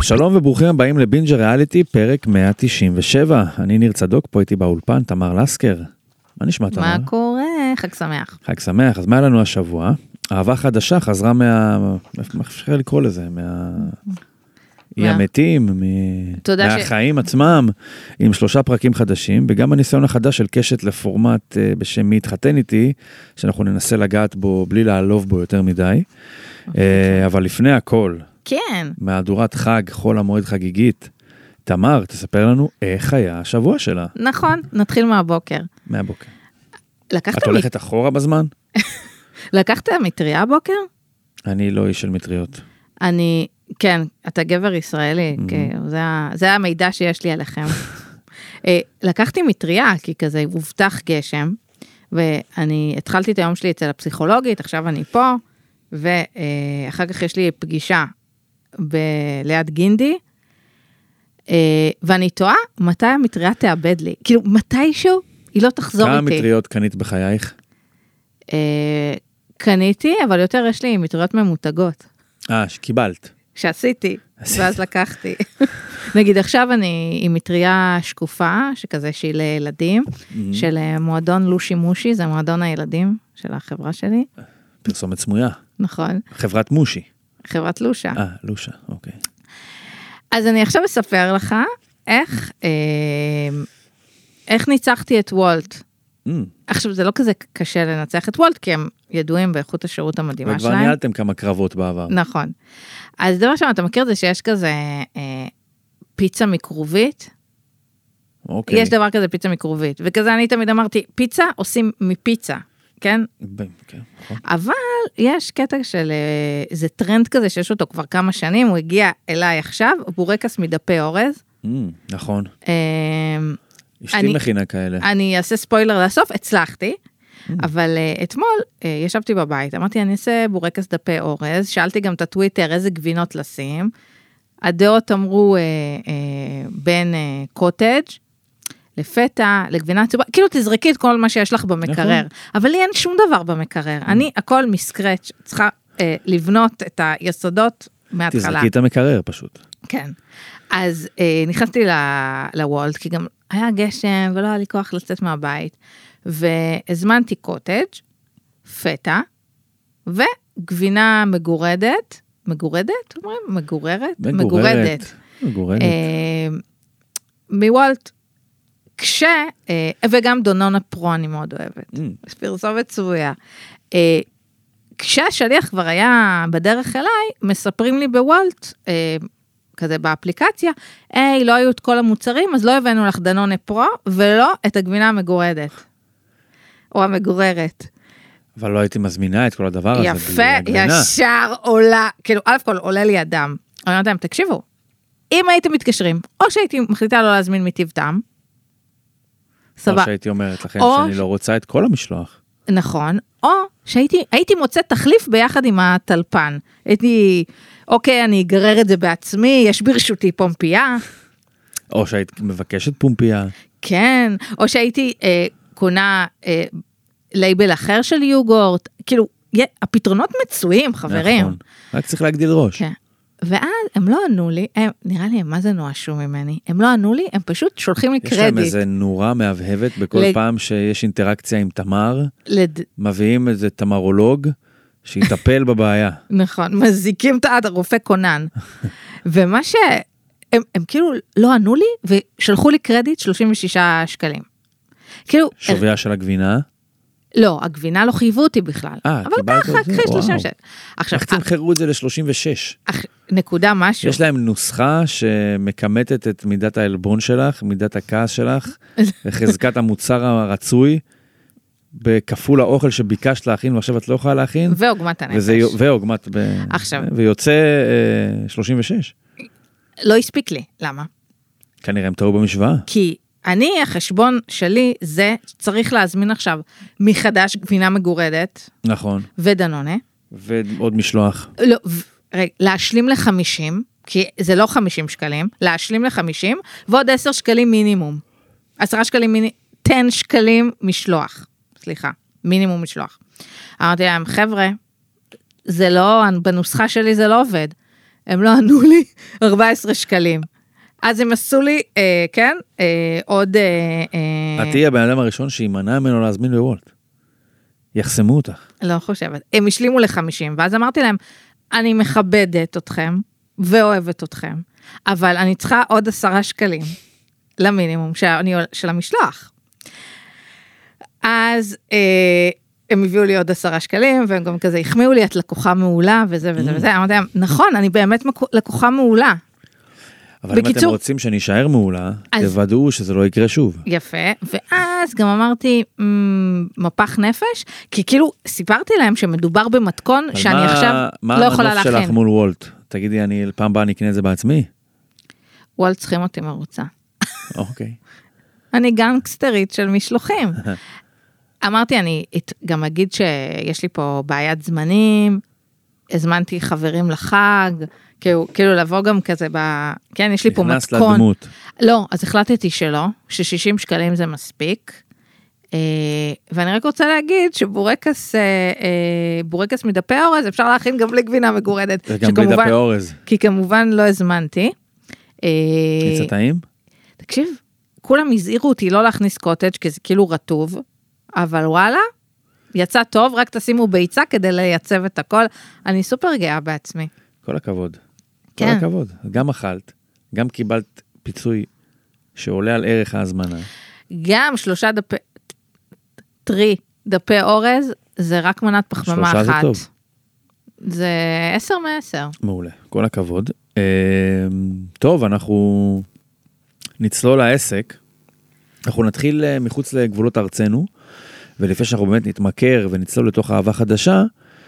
שלום וברוכים הבאים לבינג' ריאליטי, פרק 197. אני ניר צדוק, פה איתי באולפן, תמר לסקר. מה נשמע, תמר? מה קורה? חג שמח. חג שמח. אז מה היה לנו השבוע? אהבה חדשה חזרה מה אפשר לקרוא לזה? מהמתים, מהחיים עצמם, עם 3 פרקים חדשים, וגם הניסיון החדש של קשת לפורמט בשם מי התחתן איתי, שאנחנו ננסה לגעת בו בלי לעלוב בו יותר מדי. אבל לפני הכל, כן. מהדורת חג, חול המועד חגיגית, תמר, תספר לנו איך היה השבוע שלה. נכון, נתחיל מהבוקר. מהבוקר. את הולכת אחורה בזמן? לקחת מטריה הבוקר? אני לא איש של מטריות. כן, אתה גבר ישראלי, זה המידע שיש לי עליכם. לקחתי מטריה, כי כזה הובטח גשם, ואני התחלתי את היום שלי אצל הפסיכולוגית, עכשיו אני פה, ואחר כך יש לי פגישה ליד גינדי, ואני טועה, מתי המטריה תאבד לי? כאילו, מתישהו היא לא תחזור איתי. כמה מטריות קנית בחייך? קניתי, אבל יותר יש לי מטריות ממותגות. שקיבלת. שעשיתי, ואז לקחתי. נגיד, עכשיו אני עם מטריה שקופה, שכזה שהיא לילדים, של מועדון לושי מושי, זה מועדון הילדים של החברה שלי. פרסומת סמויה. נכון. חברת מושי. חברת לושה. לושה, אוקיי. אז אני עכשיו אספר לך איך ניצחתי את וולט. עכשיו, זה לא כזה קשה לנצח את וולט, כי הם ידועים באיכות השירות המדהימה שלהם. וכבר ניהלתם כמה קרבות בעבר. נכון. אז דבר שם, אתה מכיר את זה שיש כזה פיצה מקרובית? אוקיי. יש דבר כזה פיצה מקרובית, וכזה אני תמיד אמרתי, פיצה עושים מפיצה, כן? כן, נכון. אבל יש קטע של, זה טרנד כזה שיש אותו כבר כמה שנים, הוא הגיע אליי עכשיו, בורקס מדפי אורז. נכון. אשתי מכינה כאלה. אני אעשה ספוילר לסוף, הצלחתי, אבל אתמול ישבתי בבית, אמרתי, אני אעשה בורקס דפי אורז, שאלתי גם את הטוויטר איזה גבינות לשים, הדעות אמרו בין קוטג' לפטה, לגבינה צהובה, כאילו תזרקי את כל מה שיש לך במקרר, אבל לי אין שום דבר במקרר, אני הכל מסקרץ', צריכה לבנות את היסודות מההתחלה. תזרקי את המקרר פשוט. כן, אז נכנסתי לוולט, כי גם היה גשם ולא היה לי כוח לצאת מהבית, והזמנתי קוטג', פטה, וגבינה מגורדת, מגורדת? אומרים? מגוררת? מגורדת. מוולט, וגם דונונה פרו אני מאוד אוהבת, פרסומת צבויה. כשהשליח כבר היה בדרך אליי, מספרים לי בוולט, כזה באפליקציה, לא היו את כל המוצרים, אז לא הבאנו לך דנונה פרו, ולא את הגבינה המגורדת, או המגוררת. אבל לא הייתי מזמינה את כל הדבר הזה. יפה, ישר עולה, כאילו, א' כל עולה לי אדם, אני אומרת להם, תקשיבו, אם הייתם מתקשרים, או שהייתי מחליטה לא להזמין מטיב טעם, או שהייתי אומרת לכם שאני לא רוצה את כל המשלוח. נכון, או שהייתי מוצאת תחליף ביחד עם הטלפן, הייתי, אוקיי, אני אגרר את זה בעצמי, יש ברשותי פומפייה. או שהיית מבקשת פומפייה. כן, או שהייתי קונה לייבל אחר של יוגורט, כאילו, הפתרונות מצויים, חברים. נכון, רק צריך להגדיל ראש. כן. ואז הם לא ענו לי, נראה לי, מה זה נואשו ממני? הם לא ענו לי, הם פשוט שולחים לי קרדיט. יש להם איזה נורה מהבהבת בכל פעם שיש אינטראקציה עם תמר, מביאים איזה תמרולוג, שיטפל בבעיה. נכון, מזיקים את הרופא קונן. ומה הם כאילו לא ענו לי, ושלחו לי קרדיט 36 שקלים. כאילו... שוויה של הגבינה? לא, הגבינה לא חייבו אותי בכלל. אבל ככה, קחי 36. איך תמחרו את זה ל-36? נקודה משהו. יש להם נוסחה שמקמטת את מידת העלבון שלך, מידת הכעס שלך, וחזקת המוצר הרצוי, בכפול האוכל שביקשת להכין, ועכשיו את לא יכולה להכין. ועוגמת הנפש. ועוגמת, ויוצא 36. לא הספיק לי, למה? כנראה הם טעו במשוואה. כי החשבון שלי זה צריך להזמין עכשיו מחדש גבינה מגורדת. נכון. ודנונה. ועוד משלוח. לא, להשלים ל-50, כי זה לא 50 שקלים, להשלים ל-50, ועוד 10 שקלים מינימום. 10 שקלים מינימום, 10 שקלים משלוח. סליחה, מינימום משלוח. אמרתי להם, חבר'ה, זה לא, בנוסחה שלי זה לא עובד. הם לא ענו לי 14 שקלים. אז הם עשו לי, כן, עוד... את תהיה הבן אדם הראשון שימנע ממנו להזמין בוולט. יחסמו אותך. לא חושבת. הם השלימו ל-50, ואז אמרתי להם, אני מכבדת אתכם, ואוהבת אתכם, אבל אני צריכה עוד 10 שקלים, למינימום של המשלוח. אז הם הביאו לי עוד 10 שקלים, והם גם כזה החמיאו לי, את לקוחה מעולה, וזה וזה וזה. אמרתי להם, נכון, אני באמת לקוחה מעולה. אבל אם אתם רוצים שאני אשאר מעולה, תוודאו שזה לא יקרה שוב. יפה, ואז גם אמרתי, מפח נפש, כי כאילו סיפרתי להם שמדובר במתכון שאני עכשיו לא יכולה להכין. מה המנוף שלך מול וולט? תגידי, פעם הבאה אני אקנה את זה בעצמי? וולט צריכים אותי מרוצה. אוקיי. אני גנגסטרית של משלוחים. אמרתי, אני גם אגיד שיש לי פה בעיית זמנים, הזמנתי חברים לחג, כאילו לבוא גם כזה, כן, יש לי פה מתכון. נכנס לדמות. לא, אז החלטתי שלא, ש60 שקלים זה מספיק, ואני רק רוצה להגיד שבורקס מדפי אורז, אפשר להכין גם בלי גבינה מגורדת. גם בלי דפי אורז. כי כמובן לא הזמנתי. יצא טעים? תקשיב, כולם הזהירו אותי לא להכניס קוטג' כי זה כאילו רטוב, אבל וואלה, יצא טוב, רק תשימו ביצה כדי לייצב את הכל. אני סופר גאה בעצמי. כל הכבוד. כן. כל הכבוד. גם אכלת, גם קיבלת פיצוי שעולה על ערך ההזמנה. גם 3 דפי אורז, זה רק מנת פחמימה אחת. 3 זה טוב. זה 10 מ-10. מעולה, כל הכבוד. טוב, אנחנו נצלול לעסק. אנחנו נתחיל מחוץ לגבולות ארצנו, ולפני שאנחנו באמת נתמכר ונצלול לתוך אהבה חדשה,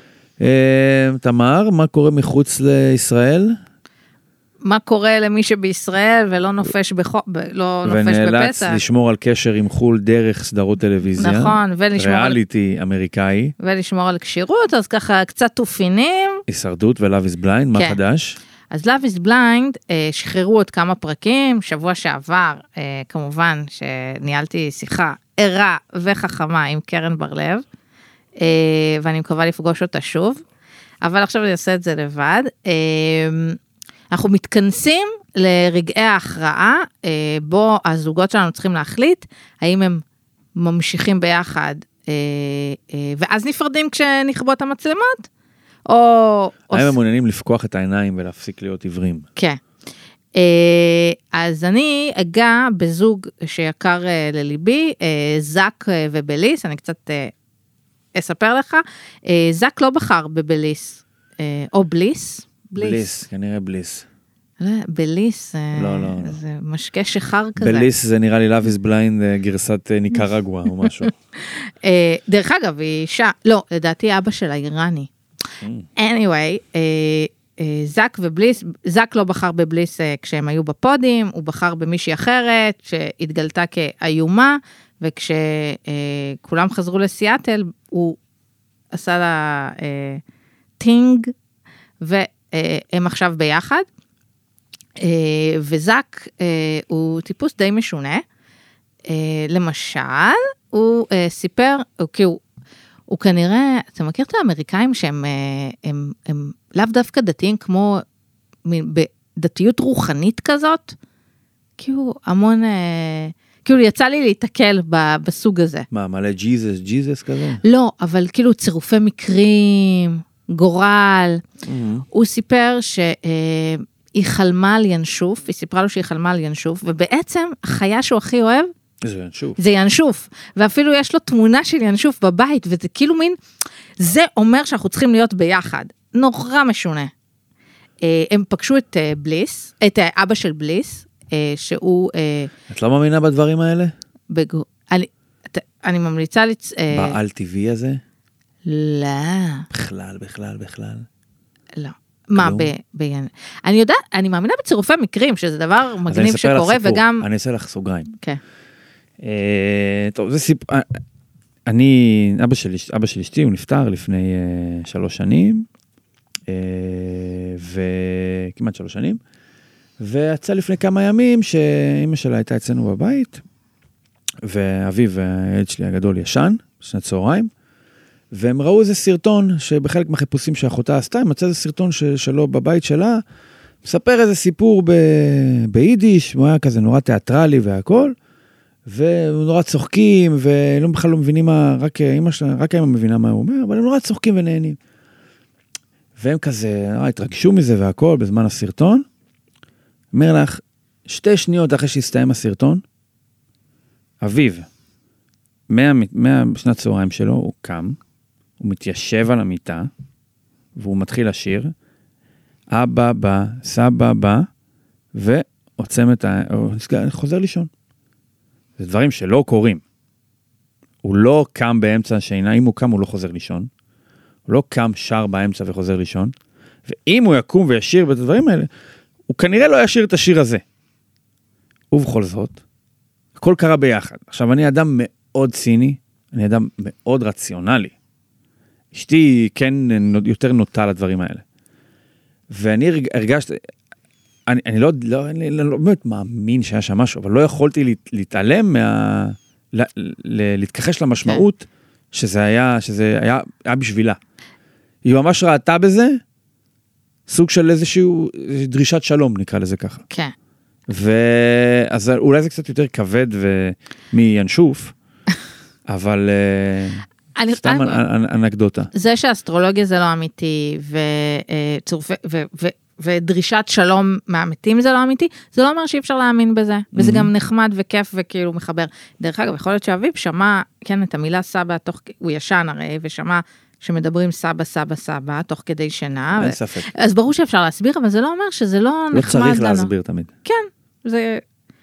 תמר, מה קורה מחוץ לישראל? מה קורה למי שבישראל ולא נופש בפסח? ונאלץ לשמור על קשר עם חול דרך סדרות טלוויזיה. נכון, ריאליטי אמריקאי. ולשמור על קשירות, אז ככה קצת תופינים. הישרדות ו-Love is Blind, מה חדש? אז Love is Blind, שחררו עוד כמה פרקים, שבוע שעבר, כמובן שניהלתי שיחה ערה וחכמה עם קרן בר-לב, ואני מקווה לפגוש אותה שוב, אבל עכשיו אני אעשה את זה לבד. אנחנו מתכנסים לרגעי ההכרעה, בו הזוגות שלנו צריכים להחליט, האם הם ממשיכים ביחד, ואז נפרדים כשנכבות המצלמות, האם הם מעוניינים לפקוח את העיניים ולהפסיק להיות עיוורים? כן. אז אני אגע בזוג שיקר לליבי, זק ובליס, אני קצת אספר לך, זק לא בחר בבליס, או בליס. בליס, כנראה בליס. בליס, זה משקה שחר כזה. בליס זה נראה לי Love is Blind גרסת ניקרגואה או משהו. דרך אגב, היא אישה, לא, לדעתי אבא שלה איראני. anyway, זק ובליס, זק לא בחר בבליס כשהם היו בפודים, הוא בחר במישהי אחרת שהתגלתה כאיומה, וכשכולם חזרו לסיאטל, הוא עשה לה טינג, והם עכשיו ביחד, וזק הוא טיפוס די משונה, למשל, הוא סיפר, הוא כנראה, אתה מכיר את האמריקאים שהם לאו דווקא דתיים כמו בדתיות רוחנית כזאת? כאילו המון, כאילו יצא לי להתקל בסוג הזה. מה, מלא ג'יזוס כזה? לא, אבל כאילו צירופי מקרים, גורל. הוא סיפר שהיא חלמה על ינשוף, היא סיפרה לו שהיא חלמה על ינשוף, ובעצם החיה שהוא הכי אוהב, זה ינשוף. זה ינשוף, ואפילו יש לו תמונה של ינשוף בבית, וזה כאילו מין, זה אומר שאנחנו צריכים להיות ביחד, נורא משונה. הם פגשו את בליס, את אבא של בליס, שהוא... את לא מאמינה בדברים האלה? אני ממליצה... בעל טבעי הזה? לא. בכלל. לא. מה, אני יודעת, אני מאמינה בצירופי מקרים, שזה דבר מגניב שקורה, וגם... אני אעשה לך סוגריים. כן. טוב, זה סיפור, אבא של אשתי, הוא נפטר לפני 3 שנים, וכמעט 3 שנים, ויצא לפני כמה ימים שאמא שלה הייתה אצלנו בבית, ואביו, הילד שלי הגדול ישן, בשנת צהריים, והם ראו איזה סרטון, שבחלק מהחיפושים שאחותה עשתה, הם מצא איזה סרטון שלו בבית שלה, מספר איזה סיפור ביידיש, הוא היה כזה נורא תיאטרלי והכל, ונורא צוחקים, ולא בכלל לא מבינים מה, רק אמא מבינה מה הוא אומר, אבל הם נורא צוחקים ונהנים. והם כזה, התרגשו מזה והכל בזמן הסרטון. אומר לך, 2 שניות אחרי שהסתיים הסרטון, אביב, משנת צהריים שלו, הוא קם, הוא מתיישב על המיטה, והוא מתחיל לשיר, אבא בא, סבא בא, ועוצם חוזר לישון. זה דברים שלא קורים. הוא לא קם באמצע השינה, אם הוא קם הוא לא חוזר לישון. הוא לא קם שר באמצע וחוזר לישון. ואם הוא יקום וישיר את הדברים האלה, הוא כנראה לא ישיר את השיר הזה. ובכל זאת, הכל קרה ביחד. עכשיו, אני אדם מאוד ציני, אני אדם מאוד רציונלי. אשתי כן יותר נוטה לדברים האלה. ואני הרגשתי, אני לא באמת מאמין שהיה שם משהו, אבל לא יכולתי להתעלם להתכחש למשמעות שזה היה בשבילה. היא ממש ראתה בזה סוג של איזשהו דרישת שלום, נקרא לזה ככה. כן. אז אולי זה קצת יותר כבד מינשוף, אבל סתם אנקדוטה. זה שהאסטרולוגיה זה לא אמיתי, ודרישת שלום מהמתים זה לא אמיתי, זה לא אומר שאי אפשר להאמין בזה, וזה גם נחמד וכיף וכאילו מחבר. דרך אגב, יכול להיות שאביב שמע, כן, את המילה סבא, הוא ישן הרי, ושמע שמדברים סבא, סבא, סבא, תוך כדי שינה. אין ספק. אז ברור שאפשר להסביר, אבל זה לא אומר שזה לא נחמד לנו. לא צריך להסביר תמיד. כן, זה...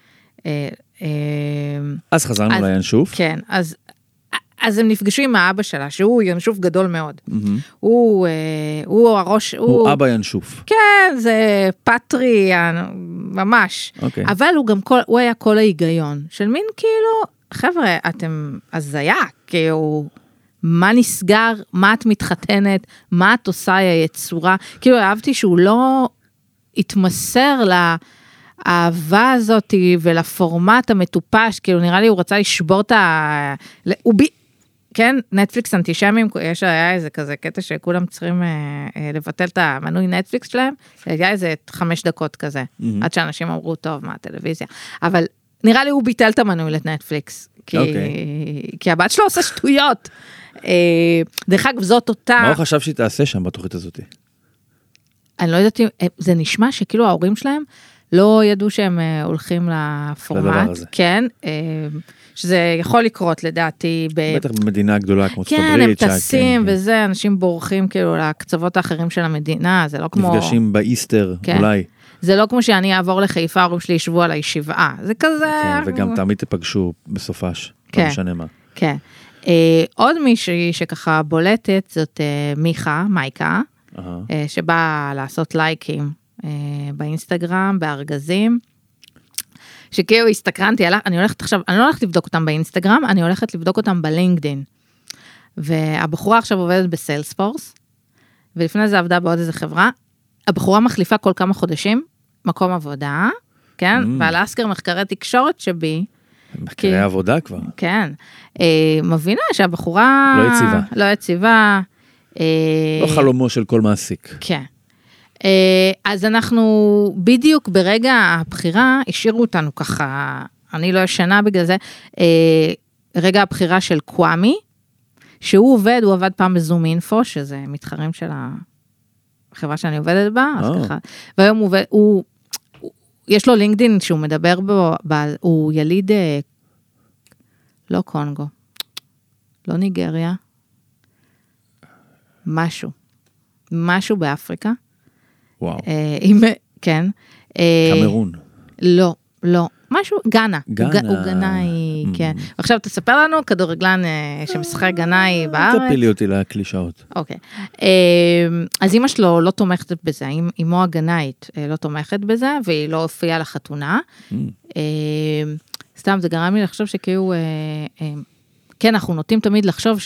אז חזרנו לינשוף. כן, אז הם נפגשו עם האבא שלה, שהוא ינשוף גדול מאוד. הוא הראש... הוא אבא ינשוף. כן, זה פטרי, ממש. אבל הוא היה כל ההיגיון, של מין כאילו, חבר'ה, אתם הזיה, כאילו, מה נסגר, מה את מתחתנת, מה את עושה, היצורה, כאילו, אהבתי שהוא לא התמסר האהבה הזאת ולפורמט המטופש, כאילו נראה לי הוא רצה לשבור את כן, נטפליקס אנטישמים, היה איזה כזה קטע שכולם צריכים לבטל את המנוי נטפליקס שלהם, היה איזה 5 דקות כזה, עד שאנשים אמרו, טוב, מה הטלוויזיה, אבל נראה לי הוא ביטל את המנוי לנטפליקס, כי הבת שלו עושה שטויות. דרך אגב, זאת אותה... מה הוא חשב שהיא תעשה שם בתוכנית הזאת? אני לא יודעת, זה נשמע שכאילו ההורים שלהם לא ידעו שהם הולכים לפורמט, כן, שזה יכול לקרות לדעתי. בטח במדינה גדולה כמו ארצות הברית. הברית. כן, הם טסים וזה, אנשים בורחים כאילו לקצוות האחרים של המדינה, זה לא כמו... נפגשים באיסטר, אולי. זה לא כמו שאני אעבור לחיפה, ההורים שלי ישבו עליי 7, זה כזה... כן, וגם תמיד תפגשו בסופש, לא משנה מה. כן. עוד מישהי שככה בולטת, זאת מייקה, שבאה לעשות לייקים באינסטגרם, בארגזים, שכאילו הסתקרנתי, אני הולכת עכשיו, אני לא הולכת לבדוק אותם באינסטגרם, אני הולכת לבדוק אותם בלינקדין, והבחורה עכשיו עובדת בסיילספורס, ולפני זה עבדה בעוד איזה חברה, הבחורה מחליפה כל כמה חודשים, מקום עבודה, כן, ועל אסקר מחקרי תקשורת שבי, מחקרי עבודה כבר. כן, מבינה שהבחורה... לא יציבה. לא יציבה. לא חלומו של כל מעסיק. כן. אז אנחנו בדיוק ברגע הבחירה, השאירו אותנו ככה, אני לא ישנה בגלל זה, רגע הבחירה של קוואמי, שהוא עובד, הוא עבד פעם בזום אינפו, שזה מתחרים של החברה שאני עובדת בה, אז ככה, והיום הוא עובד, יש לו לינקדין שהוא מדבר בו, הוא יליד, לא קונגו, לא ניגריה, משהו באפריקה. וואו. כן. קמרון. לא, משהו, גנה. הוא גנאי, כן. ועכשיו תספר לנו, כדורגלן שמשחק גנאי בארץ. תפילי לי אותי לקלישאות. אוקיי. אז אמא שלו לא תומכת בזה, אמו הגנאית לא תומכת בזה, והיא לא הופיעה לחתונה. סתם, זה גרם לי לחשוב שכאילו, כן, אנחנו נוטים תמיד לחשוב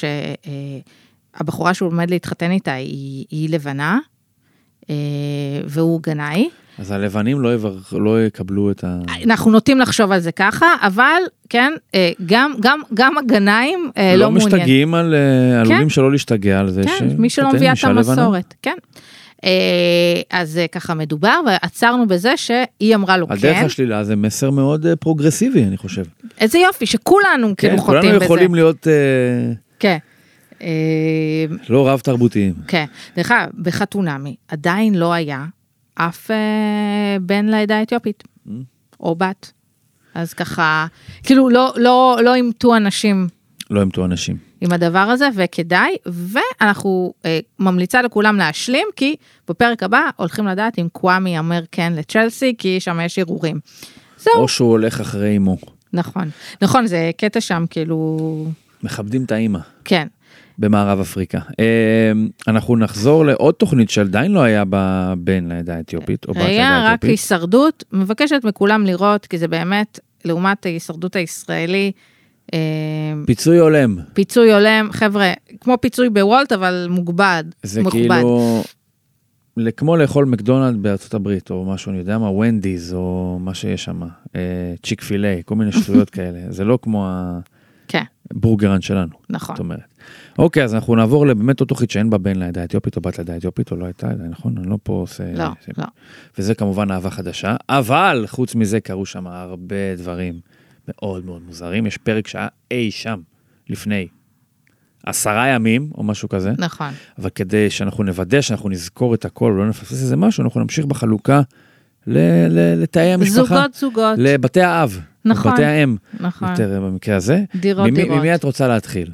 שהבחורה שהוא עומד להתחתן איתה היא לבנה, והוא גנאי. אז הלבנים לא יקבלו את ה... אנחנו נוטים לחשוב על זה ככה, אבל כן, גם הגנאים לא מעוניין. לא משתגעים עלולים שלא להשתגע על זה. כן, מי שלא מביא את המסורת, כן. אז ככה מדובר, ועצרנו בזה שהיא אמרה לו כן. הדרך השלילה זה מסר מאוד פרוגרסיבי, אני חושב. איזה יופי, שכולנו כאילו חוטאים בזה. כולנו יכולים להיות... כן. לא רב תרבותיים. כן. דרך אגב, בחתונמי עדיין לא היה אף בן לעדה האתיופית, או בת. אז ככה, כאילו לא אימתו אנשים. לא אימתו אנשים. עם הדבר הזה, וכדאי, ואנחנו ממליצה לכולם להשלים, כי בפרק הבא הולכים לדעת אם קוואמי אומר כן לצ'לסי, כי שם יש ערעורים. זהו. או שהוא הולך אחרי אמו. נכון, זה קטע שם, כאילו... מכבדים את האמא. כן. במערב אפריקה. אנחנו נחזור לעוד תוכנית שעדיין לא היה בבן לעדה האתיופית, או בת לעדה האתיופית. היה רק הישרדות, מבקשת מכולם לראות, כי זה באמת, לעומת ההישרדות הישראלי, פיצוי הולם. פיצוי הולם, חבר'ה, כמו פיצוי בוולט, אבל מוגבד. זה כאילו, כמו לאכול מקדונלד בארצות הברית, או משהו, אני יודע מה, ונדיז, או מה שיש שם, צ'יק פילי, כל מיני שטויות כאלה. זה לא כמו הבורגרן שלנו. נכון. זאת אומרת. אוקיי, אז אנחנו נעבור לבאמת אותו תוכנית שאין בה בן לעדה האתיופית, או בת לעדה האתיופית, או לא הייתה, נכון? אני לא פה עושה... לא. וזה כמובן אהבה חדשה, אבל חוץ מזה קרו שם הרבה דברים מאוד מאוד מוזרים. יש פרק שהיה אי שם, לפני 10 ימים, או משהו כזה. נכון. אבל כדי שאנחנו נוודא, שאנחנו נזכור את הכל, ולא נפספס איזה משהו, אנחנו נמשיך בחלוקה לתאי המשפחה. זוגות. לבתי האב. נכון. לבתי האם. נכון. יותר במקרה הזה. דירות. ממי את רוצה להתחיל?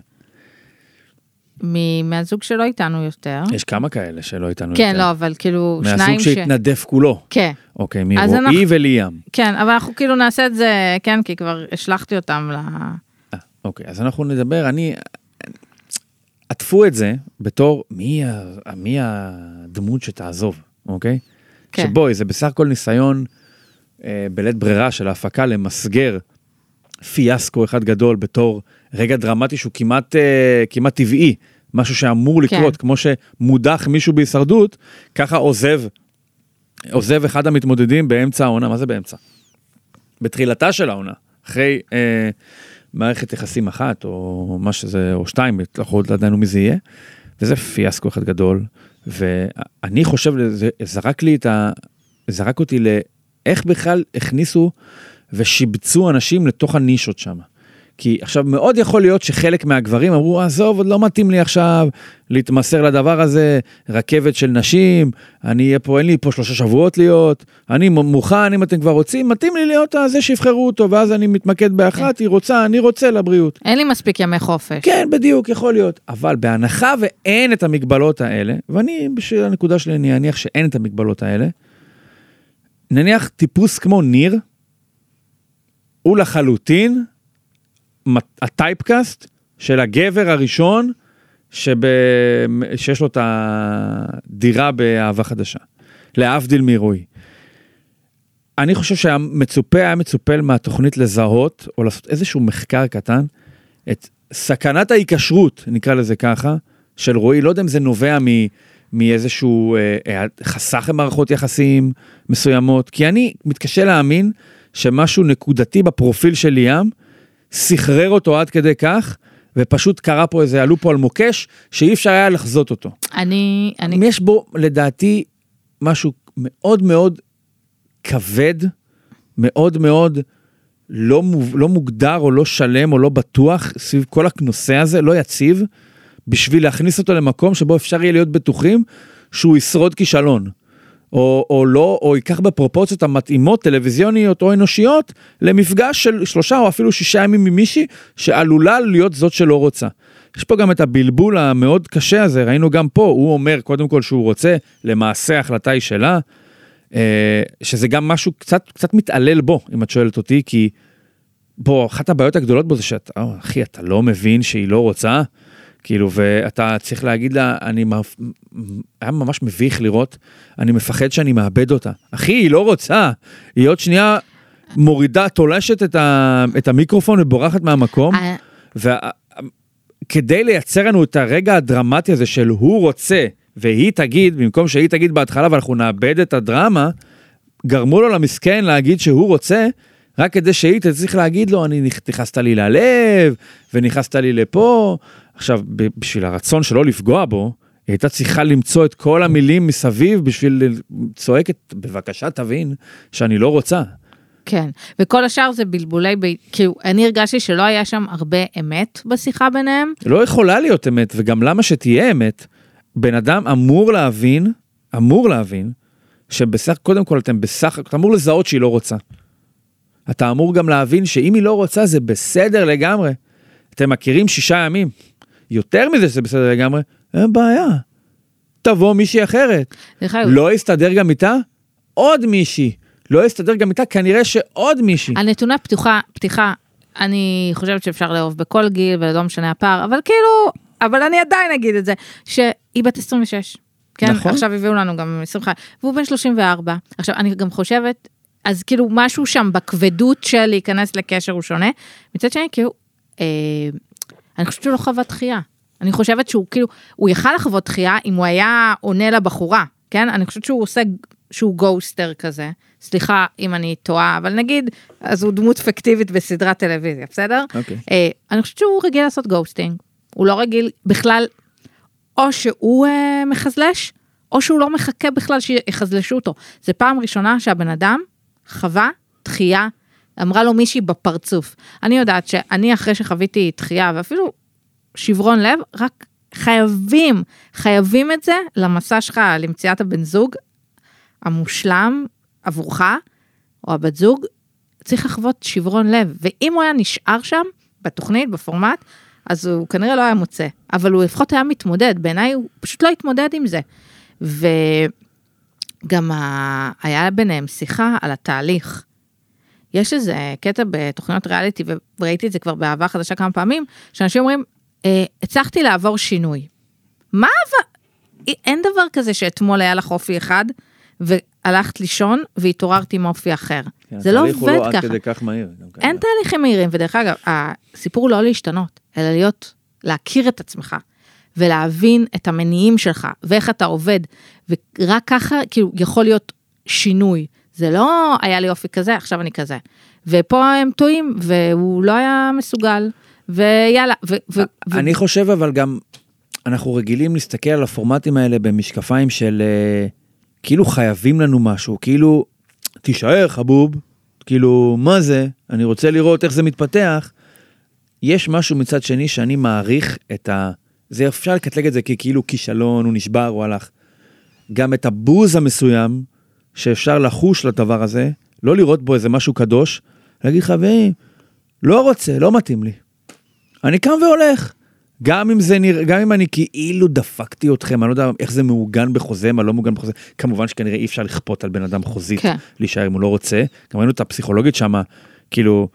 מהזוג שלא איתנו יותר. יש כמה כאלה שלא איתנו יותר. כן, לא, אבל כאילו שניים מהזוג שהתנדף כולו. כן. אוקיי, מרועי וליאם. כן, אבל אנחנו כאילו נעשה את זה, כן, כי כבר השלחתי אותם אוקיי, אז אנחנו נדבר, עטפו את זה בתור מי הדמות שתעזוב, אוקיי? כן. שבואי, זה בסך הכל ניסיון בלית ברירה של ההפקה למסגר פיאסקו אחד גדול בתור רגע דרמטי שהוא כמעט טבעי, משהו שאמור לקרות, כמו שמודח מישהו בהישרדות, ככה עוזב אחד המתמודדים באמצע העונה. מה זה באמצע? בתחילתה של העונה, אחרי מערכת יחסים אחת, או מה שזה, או 2, אנחנו עוד לדענו מי זה יהיה, וזה פיאסקו אחד גדול, ואני חושב, זה זרק אותי לאיך בכלל הכניסו ושיבצו אנשים לתוך הנישות שם. כי עכשיו מאוד יכול להיות שחלק מהגברים אמרו, עזוב, עוד לא מתאים לי עכשיו להתמסר לדבר הזה, רכבת של נשים, אין לי פה 3 שבועות להיות, אני מוכן, אם אתם כבר רוצים, מתאים לי להיות זה שיבחרו אותו, ואז אני מתמקד באחת, אני רוצה לבריאות. אין לי מספיק ימי חופש. כן, בדיוק, יכול להיות. אבל בהנחה ואין את המגבלות האלה, ואני בשביל הנקודה שלי אני אניח שאין את המגבלות האלה, נניח טיפוס כמו ניר, הוא לחלוטין, הטייפקאסט של הגבר הראשון שיש לו את הדירה באהבה חדשה, להבדיל מרועי. אני חושב היה מצופה מהתוכנית לזהות, או לעשות איזשהו מחקר קטן, את סכנת ההיקשרות, נקרא לזה ככה, של רועי, לא יודע אם זה נובע מאיזשהו חסך במערכות יחסים מסוימות, כי אני מתקשה להאמין שמשהו נקודתי בפרופיל של ליאם, סחרר אותו עד כדי כך, ופשוט קרה פה עלו פה על מוקש, שאי אפשר היה לחזות אותו. יש בו, לדעתי, משהו מאוד מאוד כבד, מאוד מאוד לא מוגדר, או לא שלם, או לא בטוח, סביב כל הנושא הזה, לא יציב, בשביל להכניס אותו למקום, שבו אפשר יהיה להיות בטוחים, שהוא ישרוד כישלון. או לא, או ייקח בפרופורציות המתאימות, טלוויזיוניות או אנושיות, למפגש של 3 או אפילו 6 ימים ממישהי, שעלולה להיות זאת שלא רוצה. יש פה גם את הבלבול המאוד קשה הזה, ראינו גם פה, הוא אומר קודם כל שהוא רוצה, למעשה ההחלטה היא שלה, שזה גם משהו קצת מתעלל בו, אם את שואלת אותי, כי בוא, אחת הבעיות הגדולות בו זה שאתה, אחי, אתה לא מבין שהיא לא רוצה, כאילו, ואתה צריך להגיד לה, היה ממש מביך לראות, אני מפחד שאני מאבד אותה. אחי, היא לא רוצה, היא עוד שנייה מורידה, תולשת את המיקרופון ובורחת מהמקום, וכדי לייצר לנו את הרגע הדרמטי הזה של הוא רוצה, והיא תגיד, במקום שהיא תגיד בהתחלה, ואנחנו נאבד את הדרמה, גרמו לו למסכן להגיד שהוא רוצה, רק כדי שהיא תצליח להגיד לו, אני נכנסת לי ללב, ונכנסת לי לפה. עכשיו, בשביל הרצון שלא לפגוע בו, היא הייתה צריכה למצוא את כל המילים מסביב, בשביל צועקת, בבקשה תבין, שאני לא רוצה. כן, וכל השאר זה בלבולי, כאילו, אני הרגשתי שלא היה שם הרבה אמת בשיחה ביניהם. לא יכולה להיות אמת, וגם למה שתהיה אמת, בן אדם אמור להבין, שבסך, קודם כל, אתה אמור לזהות שהיא לא רוצה. אתה אמור גם להבין שאם היא לא רוצה, זה בסדר לגמרי. אתם מכירים 6 ימים. יותר מזה שזה בסדר לגמרי, אין בעיה. תבוא מישהי אחרת. לא יסתדר גם איתה? עוד מישהי. לא יסתדר גם איתה, כנראה שעוד מישהי. הנתונה פתיחה, אני חושבת שאפשר לאהוב בכל גיל, ולא משנה הפער, אבל כאילו, אבל אני עדיין אגיד את זה, שהיא בת 26. כן? נכון. עכשיו הביאו לנו גם 25, והוא בן 34. עכשיו, אני גם חושבת, אז כאילו משהו שם בכבדות של להיכנס לקשר הוא שונה, מצד שני, כאילו, אני חושבת שהוא לא חווה דחייה. אני חושבת שהוא כאילו, הוא יכל לחוות דחייה אם הוא היה עונה לבחורה, כן? אני חושבת שהוא עושה, שהוא גוסטר כזה, סליחה אם אני טועה, אבל נגיד, אז הוא דמות פיקטיבית בסדרת טלוויזיה, בסדר? אוקיי. אני חושבת שהוא רגיל לעשות גוסטינג, הוא לא רגיל בכלל, או שהוא מחזלש, או שהוא לא מחכה בכלל שיחזלשו אותו. זה פעם ראשונה שהבן אדם חווה דחייה, אמרה לו מישהי בפרצוף. אני יודעת שאני אחרי שחוויתי דחייה, ואפילו שברון לב, רק חייבים את זה למסע שלך, למציאת הבן זוג, המושלם עבורך, או הבת זוג, צריך לחוות שברון לב. ואם הוא היה נשאר שם, בתוכנית, בפורמט, אז הוא כנראה לא היה מוצא. אבל הוא לפחות היה מתמודד, בעיניי הוא פשוט לא התמודד עם זה. וגם היה ביניהם שיחה על התהליך. יש איזה קטע בתוכניות ריאליטי, וראיתי את זה כבר באהבה חדשה כמה פעמים, שאנשים אומרים, הצלחתי לעבור שינוי. מה אין דבר כזה שאתמול היה לך אופי אחד, והלכת לישון, והתעוררתי עם אופי אחר. זה לא עובד ככה. התהליך הוא לא עד כדי כך מהיר. אין תהליכים מהירים, ודרך אגב, הסיפור הוא לא להשתנות, אלא להכיר את עצמך, ולהבין את המניעים שלך, ואיך אתה עובד, ורק ככה, כאילו, יכול להיות שינוי. זה לא היה לי אופי כזה, עכשיו אני כזה. ופה הם טועים, והוא לא היה מסוגל, ויאללה. אני חושב, אבל גם, אנחנו רגילים להסתכל על הפורמטים האלה, במשקפיים של, כאילו חייבים לנו משהו, כאילו, תישאר חבוב, כאילו, מה זה? אני רוצה לראות איך זה מתפתח. יש משהו מצד שני, שאני מעריך את זה אפשר לקטלג את זה כאילו כישלון, הוא נשבר, הוא הלך. גם את הבוז המסוים, שאפשר לחוש לדבר הזה, לא לראות בו איזה משהו קדוש, להגיד חברים, לא רוצה, לא מתאים לי. אני קם והולך. גם אם אני כאילו דפקתי אתכם, אני לא יודע איך זה מעוגן בחוזה, מה לא מעוגן בחוזה. כמובן שכנראה אי אפשר לכפות על בן אדם חוזית, להישאר אם הוא לא רוצה. גם ראינו את הפסיכולוגית שמה, כאילו,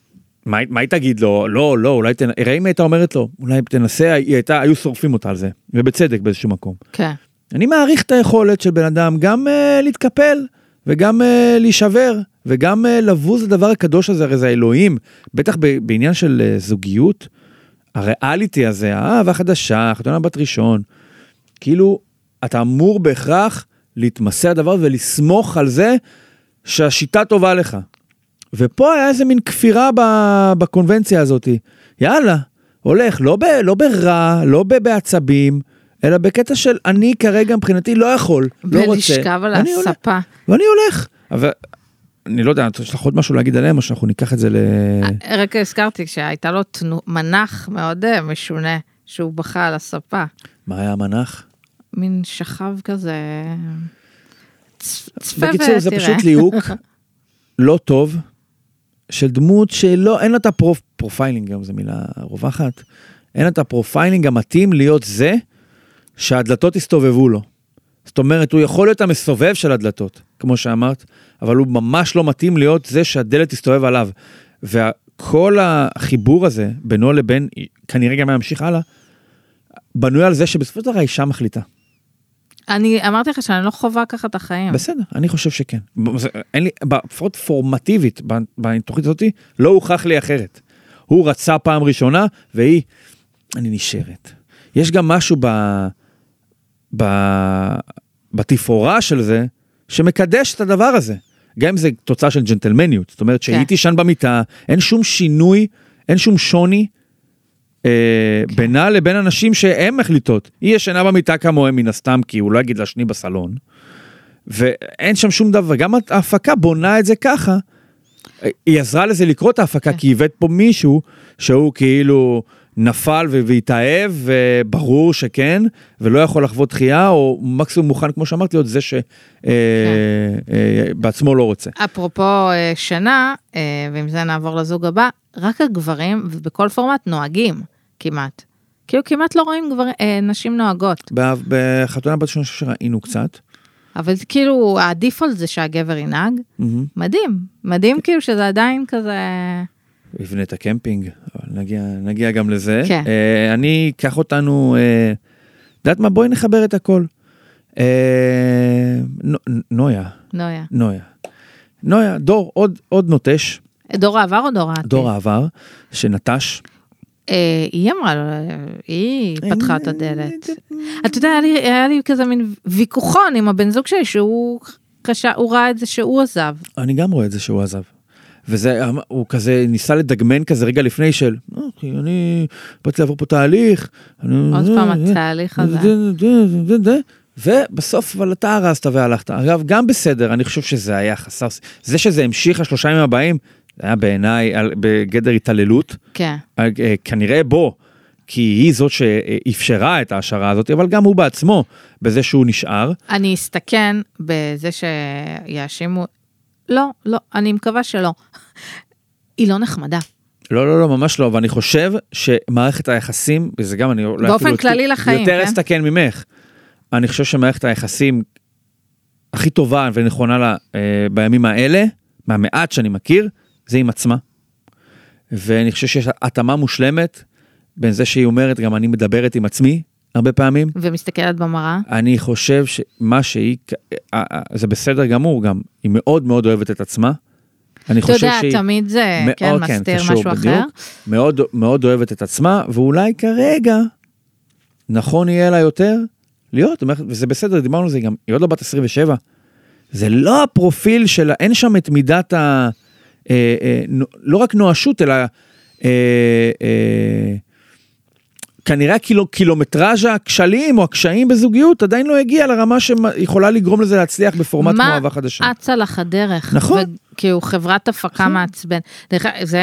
מה היא תגיד לו? לא, אולי הרי אם הייתה אומרת לו, אולי תנסה, היו שורפים אותה על זה, ובצדק באיזשהו מקום. כן. אני מעריך את היכולת של בן אדם, גם להתקפל, וגם להישבר, וגם לבוז הדבר הקדוש הזה, הרי זה האלוהים, בטח בעניין של זוגיות, הריאליטי הזה, האהבה חדשה, חתונה בת ראשון, כאילו, אתה אמור בהכרח להתמסע הדבר, ולסמוך על זה, שהשיטה טובה לך. ופה היה איזה מין כפירה בקונבנציה הזאת. יאללה, הולך, לא ברע, לא בעצבים, אלא בקטע של אני כרגע מבחינתי לא יכול, לא רוצה. ולשכב על הספה. ואני הולך. אבל אני לא יודע, יש לך עוד משהו להגיד עליהם, או שאנחנו ניקח את זה רק הזכרתי שהייתה לו מנח מאוד משונה, שהוא בכה על הספה. מה היה המנח? מין שכב כזה. צפה בקיצור, זה פשוט ליהוק לא טוב, של דמות שלא, אין לה את הפרופיילינג, גם זו מילה רווחת, אין לה את הפרופיילינג המתאים להיות זה, שהדלתות הסתובבו לו. זאת אומרת, הוא יכול להיות המסובב של הדלתות, כמו שאמרת, אבל הוא ממש לא מתאים להיות זה שהדלת הסתובב עליו. וכל החיבור הזה, בינו לבין, כנראה גם ימשיך הלאה, בנוי על זה שבסופו של דבר האישה מחליטה. אני אמרתי לך שאני לא חובה ככה את החיים. בסדר, אני חושב שכן. אין לי, בפרוט פורמטיבית, בתוכנית הזאת, לא הוכח לי אחרת. הוא רצה פעם ראשונה, והיא, אני נשארת. יש גם משהו בתפאורה של זה, שמקדש את הדבר הזה. גם אם זה תוצאה של ג'נטלמניות, זאת אומרת שהיא תישן במיטה, אין שום שינוי, אין שום שוני, בינה לבין אנשים שהם מחליטות. היא ישנה במיטה כמוהם מן הסתם, כי הוא לא יגיד לשני בסלון, ואין שם שום דבר, וגם ההפקה בונה את זה ככה, היא עזרה לזה לקרות ההפקה, כי הבאת פה מישהו שהוא כאילו נפל והתאהב, וברור שכן, ולא יכול לחוות דחייה, או מקסימום מוכן, כמו שאמרתי, להיות זה שבעצמו לא רוצה. אפרופו שנה, ועם זה נעבור לזוג הבא, רק הגברים, ובכל פורמט נוהגים כמעט. כאילו כמעט לא רואים נשים נוהגות. בחתונה בת שנה שראינו קצת, אבל כאילו, הדיפולט זה שהגבר ינהג, מדהים, מדהים כאילו שזה עדיין כזה... יבנה את הקמפינג, נגיע גם לזה. כן. אני אקח אותנו, יודעת מה, בואי נחבר את הכל. נויה, דור, עוד נוטש. דור העבר או דור העתיד? דור העבר, שנטש. היא אמרה לו, היא פתחה את הדלת. אתה יודע, היה לי כזה מין ויכוחון עם הבן זוג שלי, שהוא ראה את זה שהוא עזב. אני גם רואה את זה שהוא עזב. וזה, הוא כזה ניסה לדגמן כזה רגע לפני של, אני באתי לעבור פה תהליך. עוד פעם התהליך הזה. ובסוף, אבל אתה הרסת והלכת. אגב, גם בסדר, אני חושב שזה היה חסר, זה שזה המשיך 3 ימים הבאים, זה היה בעיניי בגדר התעללות. כן. כנראה בו, כי היא זאת שאפשרה את ההשערה הזאת, אבל גם הוא בעצמו, בזה שהוא נשאר. אני אסתכן בזה שיאשימו, לא, אני מקווה שלא. היא לא נחמדה. לא, ממש לא, ואני חושב שמערכת היחסים, וזה גם אני... באופן כללי לחיים, יותר אסתכן ממך. אני חושב שמערכת היחסים הכי טובה ונכונה לה בימים האלה, מהמעט שאני מכיר, זה עם עצמה. ואני חושב שיש התאמה מושלמת, בין זה שהיא אומרת, גם אני מדברת עם עצמי, הרבה פעמים. ומסתכלת במראה. אני חושב שמה שהיא, זה בסדר גמור גם, היא מאוד מאוד אוהבת את עצמה. אני חושב שהיא... אתה יודע, תמיד זה, כן, מסתיר משהו אחר. מאוד, מאוד אוהבת את עצמה, ואולי כרגע, נכון יהיה לה יותר, להיות, וזה בסדר, דיברנו על זה גם, היא עוד לא בת 27, זה לא הפרופיל שלה, אין שם את מידת ה... לא רק נואשות, אלא כנראה קילומטראז' הכשלים או הקשיים בזוגיות עדיין לא הגיע לרמה שיכולה לגרום לזה להצליח בפורמט כמו אהבה חדשה. מה אצה לך הדרך? נכון. כאילו חברת הפקה מעצבן. זה...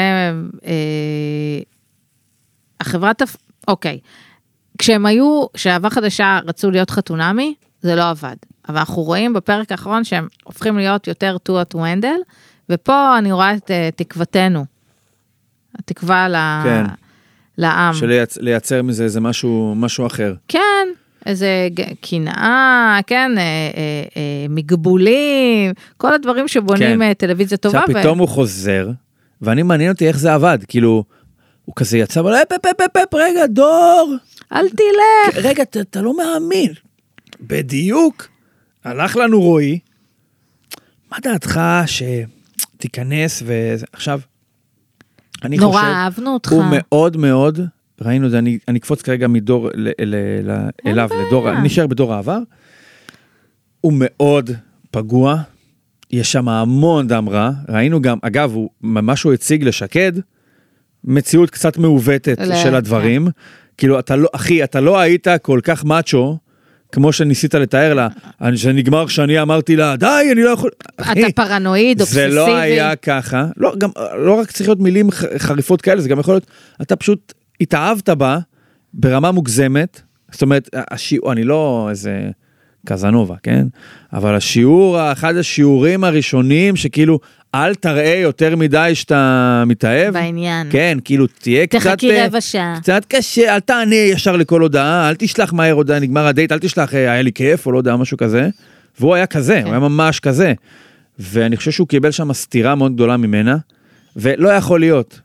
החברת... אוקיי. כשאהבה חדשה רצו להיות חתונמי, זה לא עבד. אבל אנחנו רואים בפרק האחרון שהם הופכים להיות יותר טועת ונדל, ופה אני רואה את תקוותנו. התקווה לעם. שלייצר מזה איזה משהו אחר. כן, איזה קנאה, כן, מגבולים, כל הדברים שבונים טלוויזיה טובה. עכשיו פתאום הוא חוזר, ואני מעניין אותי איך זה עבד, כאילו, הוא כזה יצא, רגע, דור. אל תלך. רגע, אתה לא מאמין. בדיוק, הלך לנו רועי, מה דעתך שתיכנס ועכשיו, אני נורא חושב, אהבנו אותך. הוא מאוד מאוד, ראינו את זה, אני אקפוץ כרגע מדור אליו, נשאר בדור העבר, הוא מאוד פגוע, יש שם המון דם רע, ראינו גם, אגב, מה שהוא הציג לשקד, מציאות קצת מעוותת של הדברים, כאילו, אחי, אתה לא היית כל כך מאצ'ו, כמו שניסית לתאר לה, שנגמר שאני אמרתי לה, די, אני לא יכול... אתה פרנואיד, אובססיבי. זה לא היה ככה, לא רק צריך להיות מילים חריפות כאלה, זה גם יכול להיות, אתה פשוט התאהבת בה, ברמה מוגזמת, זאת אומרת, אני לא איזה קזנובה, כן? אבל אחד השיעורים הראשונים, שכאילו, אל תראה יותר מדי שאתה מתאהב. בעניין. כן, כאילו, תהיה קצת... תחכי רבע שעה. קצת קשה, אל תענה ישר לכל הודעה, אל תשלח מהר הודעה, נגמר הדייט, אל תשלח, היה לי כיף, או לא יודע, משהו כזה. והוא היה כזה, הוא היה ממש כזה. ואני חושב שהוא קיבל שם סתירה מאוד גדולה ממנה, ולא יכול להיות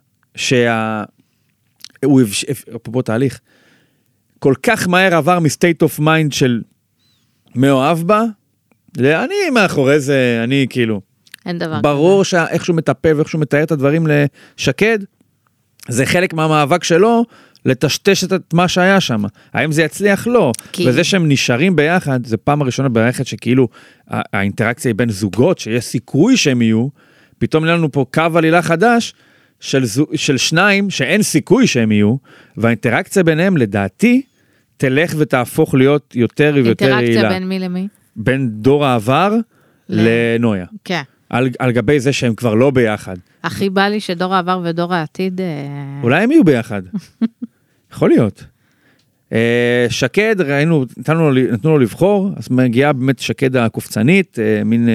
הוא, אפרופו תהליך, כל כך מהר עבר מסטייט אוף מיינד של מאוהב בה, אני מאחורי זה, אני כאילו... אין דבר. ברור שאיך שהוא מטפל ואיך שהוא מתאר את הדברים לשקד, זה חלק מהמאבק שלו, לטשטש את מה שהיה שם. האם זה יצליח? לא. וזה שהם נשארים ביחד, זה פעם הראשונה ביחד שכאילו האינטראקציה היא בין זוגות, שיש סיכוי שהם יהיו, פתאום לנו פה קו עלילה חדש של שניים שאין סיכוי שהם יהיו, והאינטראקציה ביניהם לדעתי תלך ותהפוך להיות יותר ויותר רעילה. אינטראקציה בין מי למי? בין דור העבר לנויה. כן. על גבי זה שהם כבר לא ביחד. הכי בא לי שדור העבר ודור העתיד... אולי הם יהיו ביחד. יכול להיות. שקד, ראינו, נתנו לו לבחור, אז מגיעה באמת שקד הקופצנית, מין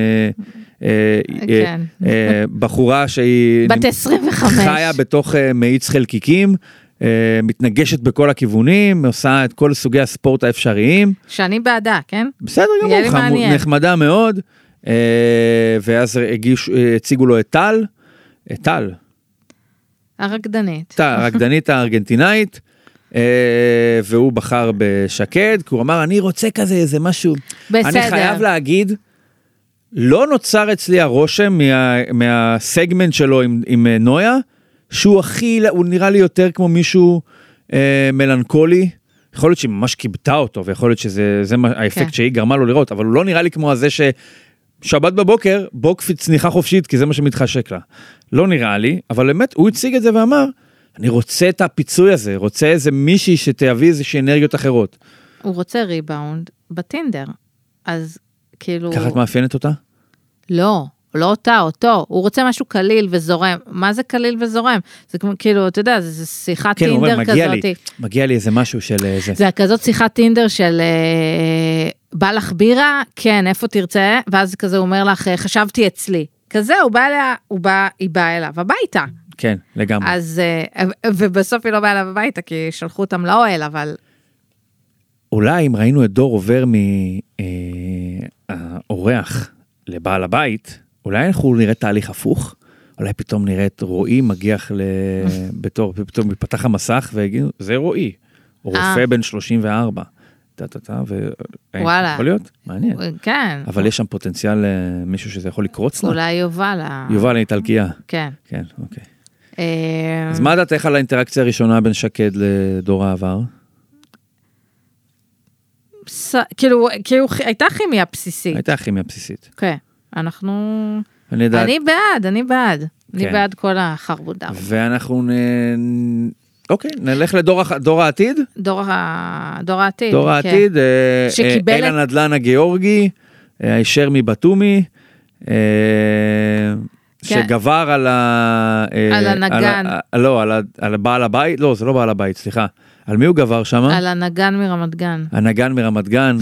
בחורה שהיא... בת 25. חיה בתוך מאיץ חלקיקים, מתנגשת בכל הכיוונים, עושה את כל סוגי הספורט האפשריים. שאני בעדה, כן? בסדר גמור, נחמדה מאוד, ואז הציגו לו את טל. הרקדנית. הרקדנית הארגנטינאית, והוא בחר בשקד, כי הוא אמר, אני רוצה כזה איזה משהו. בסדר. אני חייב להגיד, לא נוצר אצלי הרושם מהסגמנט שלו עם נויה, הוא נראה לי יותר כמו מישהו מלנכולי, יכול להיות שהיא ממש קיבתה אותו, ויכול להיות שזה האפקט שהיא גרמה לו לראות, אבל הוא לא נראה לי כמו הזה ששבת בבוקר, בוא קפיץ צניחה חופשית, כי זה מה שמתחשק לה. לא נראה לי, אבל באמת הוא הציג את זה ואמר, אני רוצה את הפיצוי הזה, רוצה איזה מישהי שתביא איזושהי אנרגיות אחרות. הוא רוצה ריבאונד בטינדר, אז כאילו... ככה את מאפיינת אותה? לא אותו, הוא רוצה משהו קליל וזורם. מה זה קליל וזורם? זה כאילו, אתה יודע, זה שיחת טינדר כזאת. מגיע לי איזה משהו של איזה... זה כזאת שיחת טינדר של בא לך בירה, כן, איפה תרצה? ואז כזה הוא אומר לך, חשבתי אצלי. כזה, הוא בא אליה, היא באה אליו הביתה. כן, לגמרי. אז, ובסוף היא לא באה אליו הביתה, כי שלחו אותם לאוהל, אבל... אולי אם ראינו את דור עובר מהאורח לבעל הבית, אולי אנחנו נראה תהליך הפוך, אולי פתאום נראה את רועי מגיח פתאום מפתח המסך והגידו, זה רועי, הוא רופא בן 34. וואלה. יכול להיות? מעניין. כן. אבל יש שם פוטנציאל מישהו שזה יכול לקרוץ לה? אולי יובל. יובל האיטלקיה. כן. כן, אוקיי. אז מה דעתך על האינטראקציה הראשונה בין שקד לדור העבר? כאילו, הייתה כימיה בסיסית. הייתה כימיה בסיסית. כן. אני בעד כל החרבודה. ואנחנו אוקיי, נלך לדור העתיד. דור העתיד. דור העתיד, אל הנדלן הגיאורגי, הישר מבטומי, שגבר על הנגן. לא, על בעל הבית, לא, זה לא בעל הבית, סליחה. על מי הוא גבר שם? על הנגן מרמת גן. הנגן מרמת גן.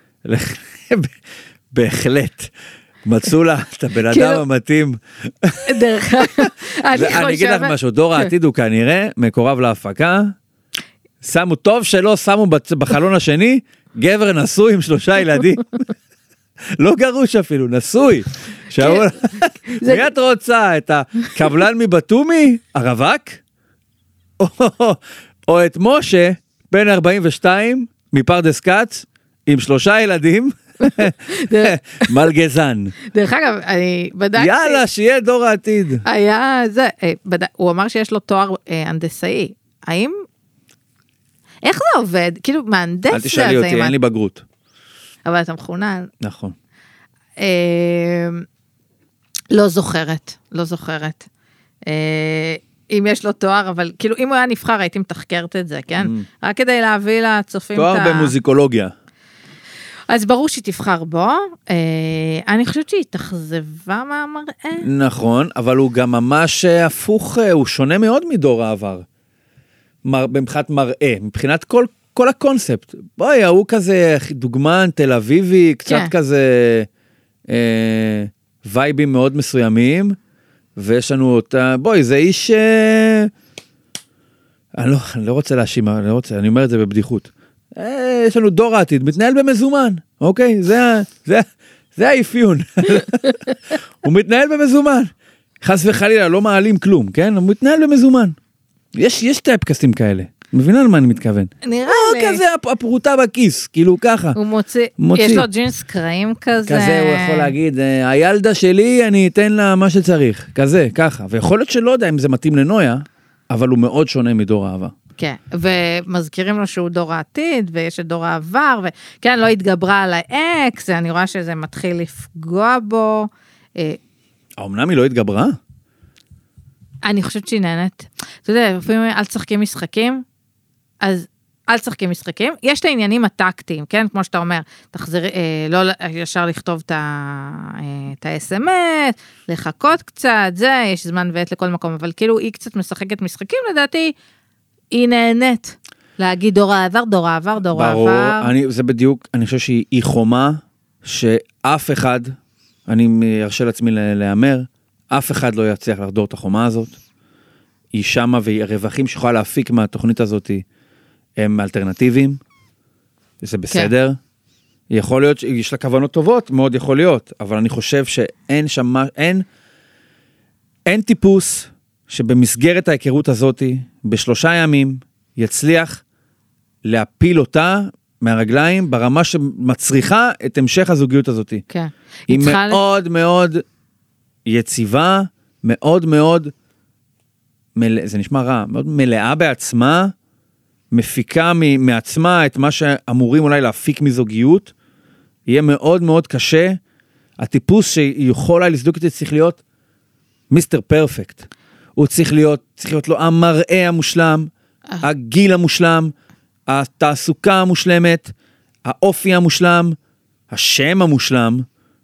בהחלט. מצאו לה את הבן אדם המתאים. דרך אגב, אני אגיד לך משהו, דור העתיד הוא כנראה מקורב להפקה, טוב שלא שמו בחלון השני, גבר נשוי עם 3 ילדים, לא גרוש אפילו, נשוי. מי את רוצה? את הקבלן מבטומי, הרווק? או את משה, בן 42, מפרדס כץ, עם 3 ילדים, מלגזן. דרך אגב, אני בדקתי. יאללה, שיהיה דור העתיד. היה זה, הוא אמר שיש לו תואר הנדסאי. האם? איך זה עובד? כאילו, מהנדס זה... אל תשאלי אותי, אין לי בגרות. אבל אתה מחונן. נכון. לא זוכרת. אם יש לו תואר, אבל כאילו, אם הוא היה נבחר, הייתי מתחקרת את זה, כן? רק כדי להביא לצופים את ה... תואר במוזיקולוגיה. אז ברור שהיא תבחר בו, אני חושבת שהיא תחזבה מהמראה. נכון, אבל הוא גם ממש הפוך, הוא שונה מאוד מדור העבר. מבחינת מראה, מבחינת כל הקונספט. בואי, הוא כזה דוגמן תל אביבי, קצת כזה וייבים מאוד מסוימים, ויש לנו אותה, בואי, זה איש... אני לא רוצה להאשים, אני אומר את זה בבדיחות. יש לנו דור העתיד, מתנהל במזומן, אוקיי? זה האפיון. הוא מתנהל במזומן. חס וחלילה, לא מעלים כלום, כן? הוא מתנהל במזומן. יש טייפקסטים כאלה. מבינה על מה אני מתכוון? נראה לי. כזה הפרוטה בכיס, כאילו ככה. הוא מוציא. יש לו ג'ינס קרעים כזה. כזה הוא יכול להגיד, הילדה שלי, אני אתן לה מה שצריך. כזה, ככה. ויכול להיות שלא יודע אם זה מתאים לנויה, אבל הוא מאוד שונה מדור העבר. כן, ומזכירים לו שהוא דור העתיד, ויש את דור העבר, וכן, לא התגברה על האקס, אני רואה שזה מתחיל לפגוע בו. האמנם היא לא התגברה? אני חושבת שהיא נהנית. אתה יודע, לפעמים אל תשחקים משחקים, אז אל תשחקים משחקים. יש את העניינים הטקטיים, כן? כמו שאתה אומר, תחזיר, לא ישר לכתוב את ה-SMS, לחכות קצת, זה, יש זמן ועת לכל מקום, אבל כאילו היא קצת משחקת משחקים, לדעתי, היא נהנית. להגיד דור העבר, דור העבר, דור ברור, העבר. זה בדיוק, אני חושב שהיא חומה, שאף אחד, אני ארשה לעצמי להיאמר, אף אחד לא יצליח לחדור את החומה הזאת. היא שמה, והרווחים שיכולה להפיק מהתוכנית הזאת, הם אלטרנטיביים, זה בסדר. כן. יכול להיות, יש לה כוונות טובות, מאוד יכול להיות, אבל אני חושב שאין שם, אין טיפוס שבמסגרת ההיכרות הזאת, ב3 ימים, יצליח להפיל אותה מהרגליים, ברמה שמצריכה את המשך הזוגיות הזאת. כן. היא מאוד מאוד יציבה, מאוד מאוד, זה נשמע רע, מאוד מלאה בעצמה, מפיקה מעצמה את מה שאמורים אולי להפיק מזוגיות, יהיה מאוד מאוד קשה, הטיפוס שיכולה לסדוק את זה צריך להיות מיסטר פרפקט, הוא צריך להיות לו המראה המושלם, הגיל המושלם, התעסוקה המושלמת, האופי המושלם, השם המושלם,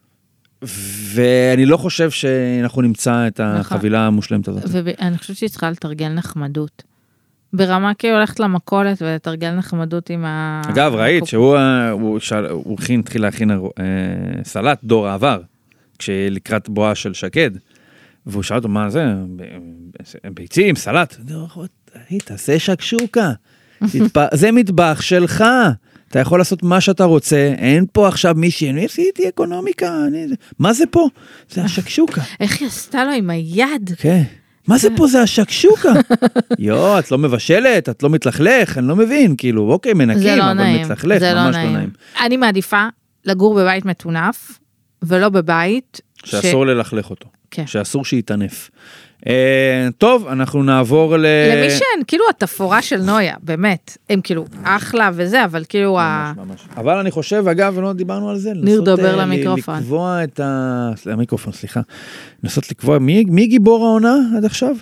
ואני לא חושב שאנחנו נמצא את החבילה המושלמת הזאת. ואני חושבת שהיא צריכה לתרגל נחמדות. ברמה כי היא הולכת למכולת ולתרגל נחמדות עם ה... אגב, ראית שהוא התחיל להכין סלט דור העבר, כשלקראת בואה של שקד, והוא שאל אותו, מה זה? ביצים, סלט. תעשה שקשוקה. זה מטבח שלך. אתה יכול לעשות מה שאתה רוצה. אין פה עכשיו מישהי, אני עשיתי אקונומיקה. מה זה פה? זה השקשוקה. איך היא עשתה לו עם היד? כן. מה זה פה? זה השקשוקה. יו, את לא מבשלת, את לא מתלכלך, אני לא מבין. כאילו, אוקיי, מנקים, אבל מתלכלך, ממש לא נעים. אני מעדיפה לגור בבית מטונף, ולא בבית שאסור ללכלך אותו. שאסור שיתענף. טוב, אנחנו נעבור למי שהן, כאילו התפורה של נויה, באמת, הם כאילו אחלה וזה, אבל כאילו ממש. אבל אני חושב, אגב, לא דיברנו על זה, נרדבר למיקרופון. לקבוע את המיקרופון, סליחה. לנסות לקבוע, מי גיבור העונה עד עכשיו?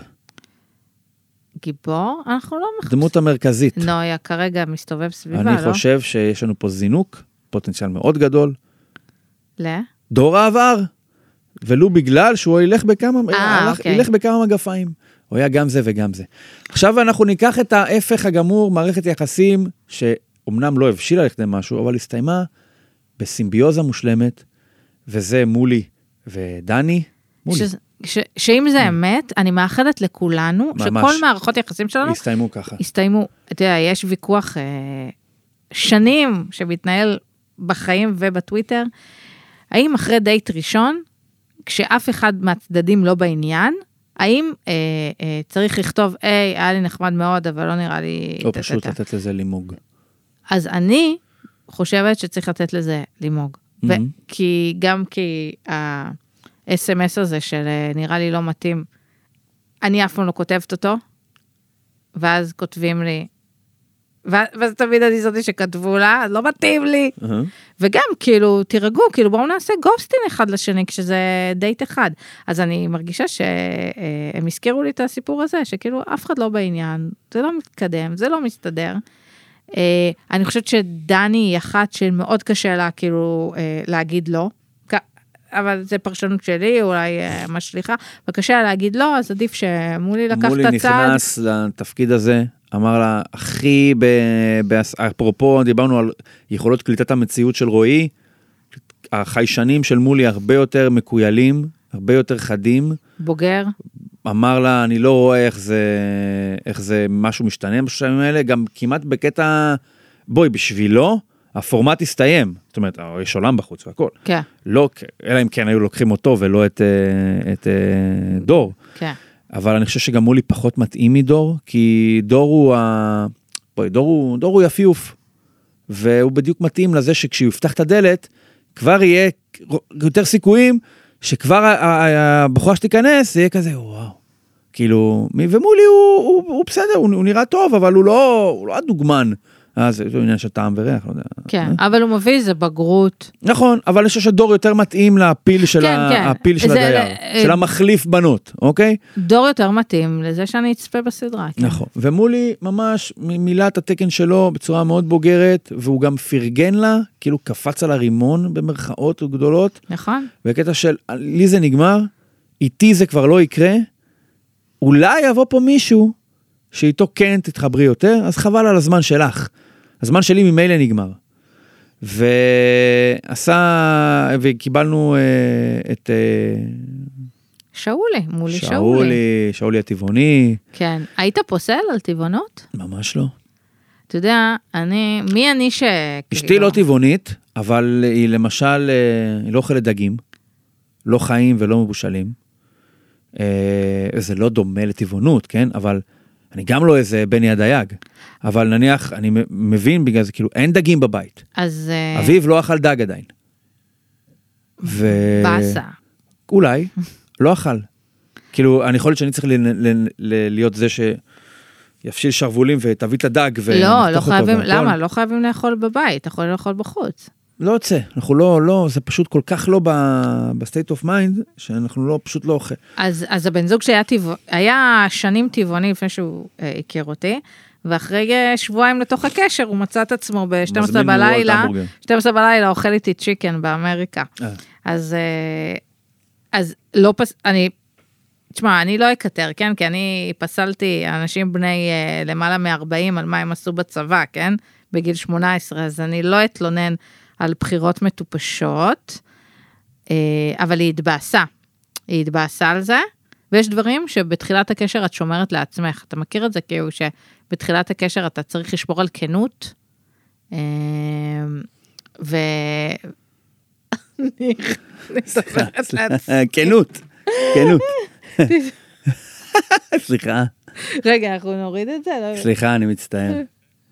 גיבור? אנחנו לא דמות המרכזית. נויה כרגע מסתובב סביבה, לא? אני חושב שיש לנו פה זינוק, פוטנציאל מאוד גדול. דור העבר. ולו בגלל שהוא ילך בכמה מגפיים. הוא היה גם זה וגם זה. עכשיו אנחנו ניקח את ההפך הגמור, מערכת יחסים, שאומנם לא הבשילה לכדי משהו, אבל הסתיימה בסימביוזה מושלמת, וזה מולי ודני. שאם זה אמת, אני מאחדת לכולנו, שכל מערכות יחסים שלנו, הסתיימו ככה. הסתיימו, אתה יודע, יש ויכוח שנים, שמתנהל בחיים ובטוויטר, האם אחרי דייט ראשון, כשאף אחד מהצדדים לא בעניין, האם צריך לכתוב, היה לי נחמד מאוד, אבל לא נראה לי... או פשוט לתת לזה לימוג. אז אני חושבת שצריך לתת לזה לימוג. גם כי ה-SMS הזה של נראה לי לא מתאים, אני אף פעם לא כותבת אותו, ואז כותבים לי, ואז תמיד אני זאתי שכתבו לה, לא מתאים לי. וגם, כאילו, תירגעו, כאילו, בואו נעשה גוסטין אחד לשני, כשזה דייט אחד. אז אני מרגישה שהם הזכירו לי את הסיפור הזה, שכאילו, אף אחד לא בעניין, זה לא מתקדם, זה לא מסתדר. אני חושבת שדני היא אחת שמאוד קשה לה, כאילו, להגיד לא, אבל זה פרשנות שלי, אולי משליחה, וקשה להגיד לא, אז עדיף שמולי לקח את הצד. מולי נכנס לתפקיד הזה, אמר לה, הכי, אפרופו, דיברנו על יכולות קליטת המציאות של רועי, החיישנים של מולי הרבה יותר מקוילים, הרבה יותר חדים. בוגר. אמר לה, אני לא רואה איך זה משהו משתנה בשנים האלה, גם כמעט בקטע, בואי, בשבילו, הפורמט הסתיים, זאת אומרת, יש עולם בחוץ והכל. כן. לא, אלא אם כן היו לוקחים אותו ולא את דור. כן. אבל אני חושב שגם מולי פחות מתאים מדור, כי דור הוא יפיוף, והוא בדיוק מתאים לזה שכשהוא יפתח את הדלת, כבר יהיה יותר סיכויים, שכבר הבחורה שתיכנס, זה יהיה כזה, וואו. כאילו, ומולי הוא בסדר, הוא נראה טוב, אבל הוא לא הדוגמן. זה עניין של טעם וריח, לא יודע. כן, אבל הוא מביא איזה בגרות. נכון, אבל אני חושב שדור יותר מתאים לפיל של הדייר, של המחליף בנות, אוקיי? דור יותר מתאים לזה שאני אצפה בסדרה. נכון, ומולי ממש מילא את התקן שלו בצורה מאוד בוגרת, והוא גם פרגן לה, כאילו קפץ על הרימון במרכאות גדולות. נכון. בקטע של, לי זה נגמר, איתי זה כבר לא יקרה, אולי יבוא פה מישהו, שאיתו כן תתחברי יותר, אז חבל על הזמן שלך. הזמן שלי ממילא נגמר. וקיבלנו את... שאולי הטבעוני. כן. היית פוסל על טבעונות? ממש לא. אתה יודע, מי אני אשתי לא טבעונית, אבל היא למשל, היא לא אוכלת דגים, לא חיים ולא מבושלים. זה לא דומה לטבעונות, כן? אבל... אני גם לא איזה בני הדייג, אבל נניח, אני מבין בגלל זה, כאילו, אין דגים בבית. אז... אביב לא אכל דג עדיין. בסה. אולי, לא אכל. כאילו, אני יכול להיות שאני צריך להיות זה שיפשיל שרבולים ותביא את הדג לא חייבים, למה? לא חייבים לאכול בבית, אתה יכול לאכול בחוץ. לא יוצא, אנחנו לא, זה פשוט כל כך לא בסטייט אוף מיינד, שאנחנו פשוט לא אוכל. אז הבן זוג היה שנים טבעוני לפני שהוא הכיר אותי, ואחרי שבועיים לתוך הקשר, הוא מצא את עצמו ב-12 בלילה, אוכל איתי צ'יקן באמריקה. אז לא תשמע, אני לא אקטר, כן? כי אני פסלתי אנשים בני למעלה מ-40 על מה הם עשו בצבא, כן? בגיל 18, אז אני לא אתלונן על בחירות מטופשות, אבל היא התבאסה על זה, ויש דברים שבתחילת הקשר את שומרת לעצמך, אתה מכיר את זה כאילו שבתחילת הקשר אתה צריך לשמור על כנות, כנות. סליחה. רגע, אנחנו נוריד את זה? סליחה, אני מצטער.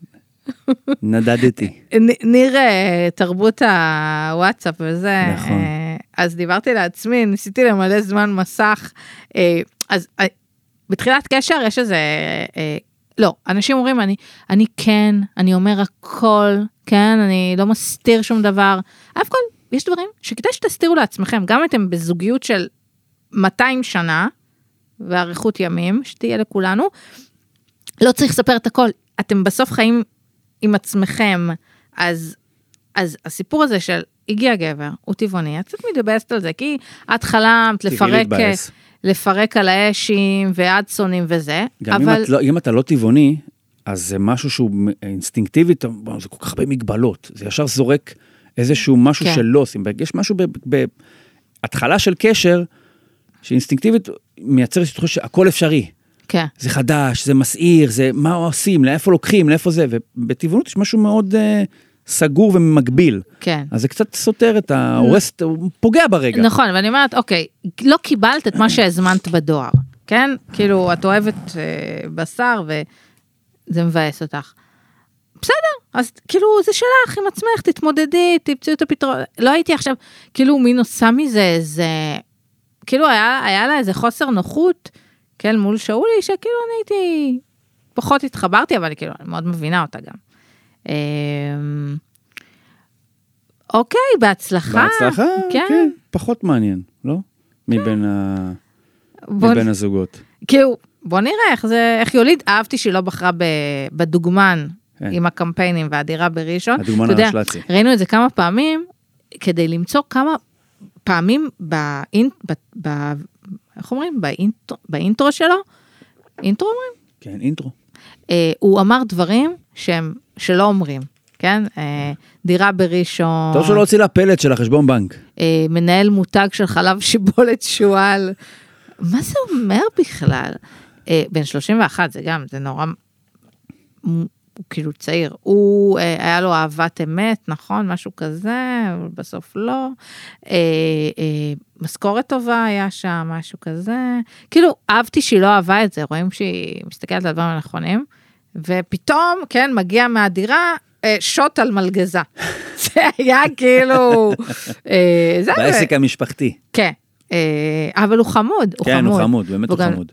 נדדתי. נראה תרבות הוואטסאפ וזה, נכון. אז דיברתי לעצמי, ניסיתי למלא זמן מסך, אז בתחילת קשר יש איזה, לא, אנשים אומרים, אני אומר הכל, כן, אני לא מסתיר שום דבר, אף כל, יש דברים שכדאי שתסתירו לעצמכם, גם אם אתם בזוגיות של 200 שנה, ועריכות ימים, שתהיה לכולנו, לא צריך לספר את הכל, אתם בסוף חיים עם עצמכם, אז הסיפור הזה של הגיע גבר, הוא טבעוני, את קצת מתבאסת על זה, כי את חלמת לפרק על האשים, ואדסונים וזה, אבל... אם אתה לא טבעוני, אז זה משהו שהוא אינסטינקטיבית, זה כל כך הרבה מגבלות, זה ישר זורק איזשהו משהו שלא עושים, יש משהו בהתחלה של קשר, שאינסטינקטיבית מייצר שתחוש שהכל אפשרי. כן. זה חדש, זה מסעיר, זה מה עושים, לאיפה לוקחים, לאיפה זה, ובטבעונות יש משהו מאוד סגור ומגביל. כן. אז זה קצת סותר את ההורס, הוא פוגע ברגע. נכון, ואני אומרת, אוקיי, לא קיבלת את מה שהזמנת בדואר, כן? כאילו, את אוהבת בשר, וזה מבאס אותך. בסדר, אז כאילו, זה שלך, עם עצמך, תתמודדי, תמצאו את הפתרון. לא הייתי עכשיו, כאילו, מין עושה מזה, כאילו, היה לה איזה חוסר נוחות, כן, מול שאולי, שכאילו אני הייתי, פחות התחברתי, אבל כאילו, אני מאוד מבינה אותה גם. אוקיי, בהצלחה. בהצלחה, כן. פחות מעניין, לא? מבין הזוגות. כאילו, בוא נראה איך יוליד, אהבתי שהיא לא בחרה בדוגמן, עם הקמפיינים והדירה בראשון. הדוגמן הרשלצי. ראינו את זה כמה פעמים, כדי למצוא כמה פעמים איך אומרים? באינטרו שלו? אינטרו אומרים? כן, אינטרו. הוא אמר דברים שלא אומרים, כן? דירה בראשון. טוב שלא הוציא לה פלט של החשבון בנק. מנהל מותג של חלב שיבולת שואל. מה זה אומר בכלל? בן 31, זה גם, זה נורא, הוא כאילו צעיר. הוא, היה לו אהבת אמת, נכון? משהו כזה, אבל בסוף לא. משכורת טובה היה שם, משהו כזה. כאילו, אהבתי שהיא לא אהבה את זה, רואים שהיא מסתכלת על הדברים הנכונים, ופתאום, כן, מגיע מהדירה, שוט על מלגזה. זה היה כאילו... בעסק המשפחתי. כן. אבל הוא חמוד, כן, הוא חמוד, באמת הוא חמוד.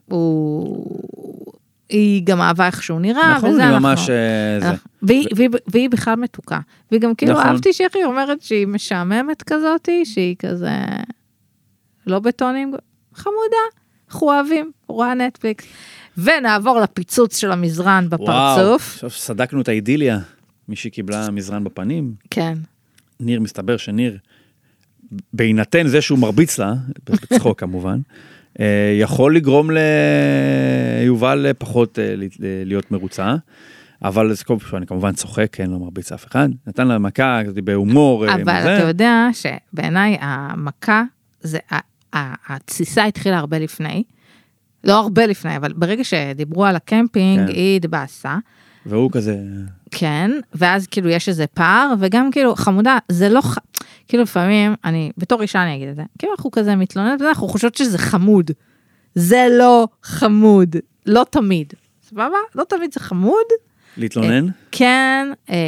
היא גם אהבה איך שהוא נראה, נכון, היא ממש והיא בכלל מתוקה. והיא גם כאילו, אהבתי שאיך היא אומרת שהיא משעממת כזאת, שהיא כזה לא בטונים, חמודה, אנחנו אוהבים, רואה נטפליקס. ונעבור לפיצוץ של המזרן בפרצוף. וואו, סדקנו את האידיליה, מישהי קיבלה מזרן בפנים. כן. ניר, מסתבר שניר, בהינתן זה שהוא מרביץ לה, בצחוק כמובן, יכול לגרום ליובל פחות להיות מרוצה, אבל אני כמובן צוחק, כן, לא מרביץ אף אחד, נתן לה מכה, בהומור. אבל אתה יודע שבעיניי המכה, התסיסה התחילה הרבה לפני, לא הרבה לפני, אבל ברגע שדיברו על הקמפינג, היא התבאסה. והוא כזה... כן, ואז כאילו יש איזה פער, וגם כאילו, חמודה, זה לא... כאילו לפעמים, בתור אישה אני אגיד את זה, כאילו אנחנו כזה מתלוננת, אנחנו חושבות שזה חמוד. זה לא חמוד. לא תמיד. סבבה? לא תמיד זה חמוד. להתלונן? כן.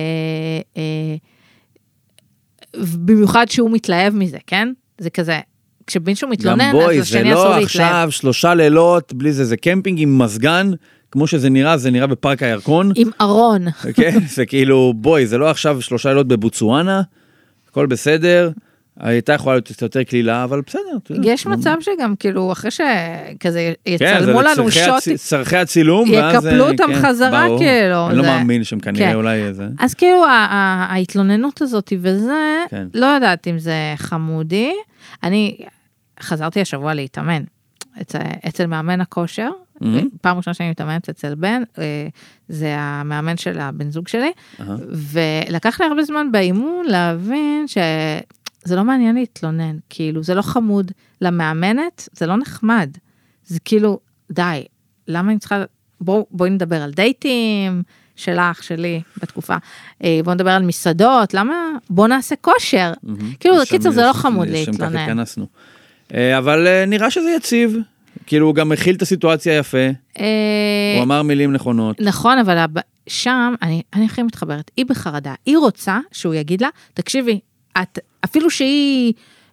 במיוחד שהוא מתלהב מזה, כן? זה כזה... כשמישהו מתלונן, אז השני אסור להתלהב. זה לא עכשיו 3 לילות, בלי זה קמפינג עם מזגן, כמו שזה נראה בפארק הירקון. עם ארון. כן, זה כאילו, בואי, זה לא עכשיו 3 לילות בבוצואנה, הכל בסדר, הייתה יכולה להיות יותר כלילה, אבל בסדר. יש מצב שגם כאילו, אחרי שכזה יצלמו לנו שוט, צרכי הצילום, יקפלו אותם חזרה כאילו. אני לא מאמין שהם כנראה אולי זה. אז כאילו, ההתלוננות הזאת וזה, לא יודעת אם זה חמודי, אני חזרתי השבוע להתאמן, אצל מאמן הכושר, פעם ראשונה שאני מתאמנת אצל בן, זה המאמן של הבן זוג שלי, ולקח לי הרבה זמן באימון להבין שזה לא מעניין להתלונן, כאילו זה לא חמוד למאמנת, זה לא נחמד, זה כאילו, די, למה אני צריכה, בואי נדבר על דייטים, שלך, שלי, בתקופה, בואו נדבר על מסעדות, למה? בואו נעשה כושר, כאילו, בקיצור, זה לא חמוד להתלונן. אבל נראה שזה יציב, כאילו, הוא גם מכיל את הסיטואציה יפה, הוא אמר מילים נכונות. נכון, אבל שם, אני הכי מתחברת, היא בחרדה, היא רוצה שהוא יגיד לה, תקשיבי, אפילו שהיא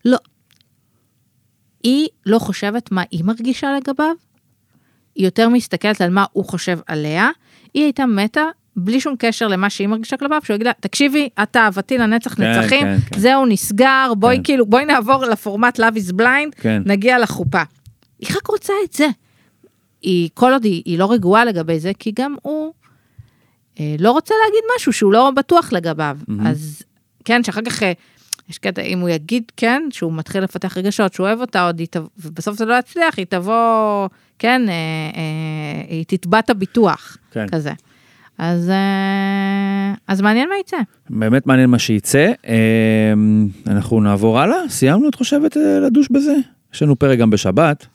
לא חושבת מה היא מרגישה לגביו, היא יותר מסתכלת על מה הוא חושב עליה, היא הייתה מתה, בלי שום קשר למה שהיא מרגישה כלפיו, שהוא יגיד לה, תקשיבי, אתה אהבתי לנצח נצחים, זהו נסגר, בואי נעבור לפורמט Love is Blind, נגיע לחופה. היא רק רוצה את זה. כל עוד היא לא רגועה לגבי זה, כי גם הוא לא רוצה להגיד משהו שהוא לא בטוח לגביו. אז כן, שאחר כך, יש קטע, אם הוא יגיד כן, שהוא מתחיל לפתח רגשות, שהוא אוהב אותה עוד, ובסוף זה לא יצליח, היא תבוא, כן, היא תתבע את הביטוח, כזה. אז מעניין מה יצא. באמת מעניין מה שיצא. אנחנו נעבור הלאה. סיימנו, את חושבת, לדוש בזה? יש לנו פרק גם בשבת.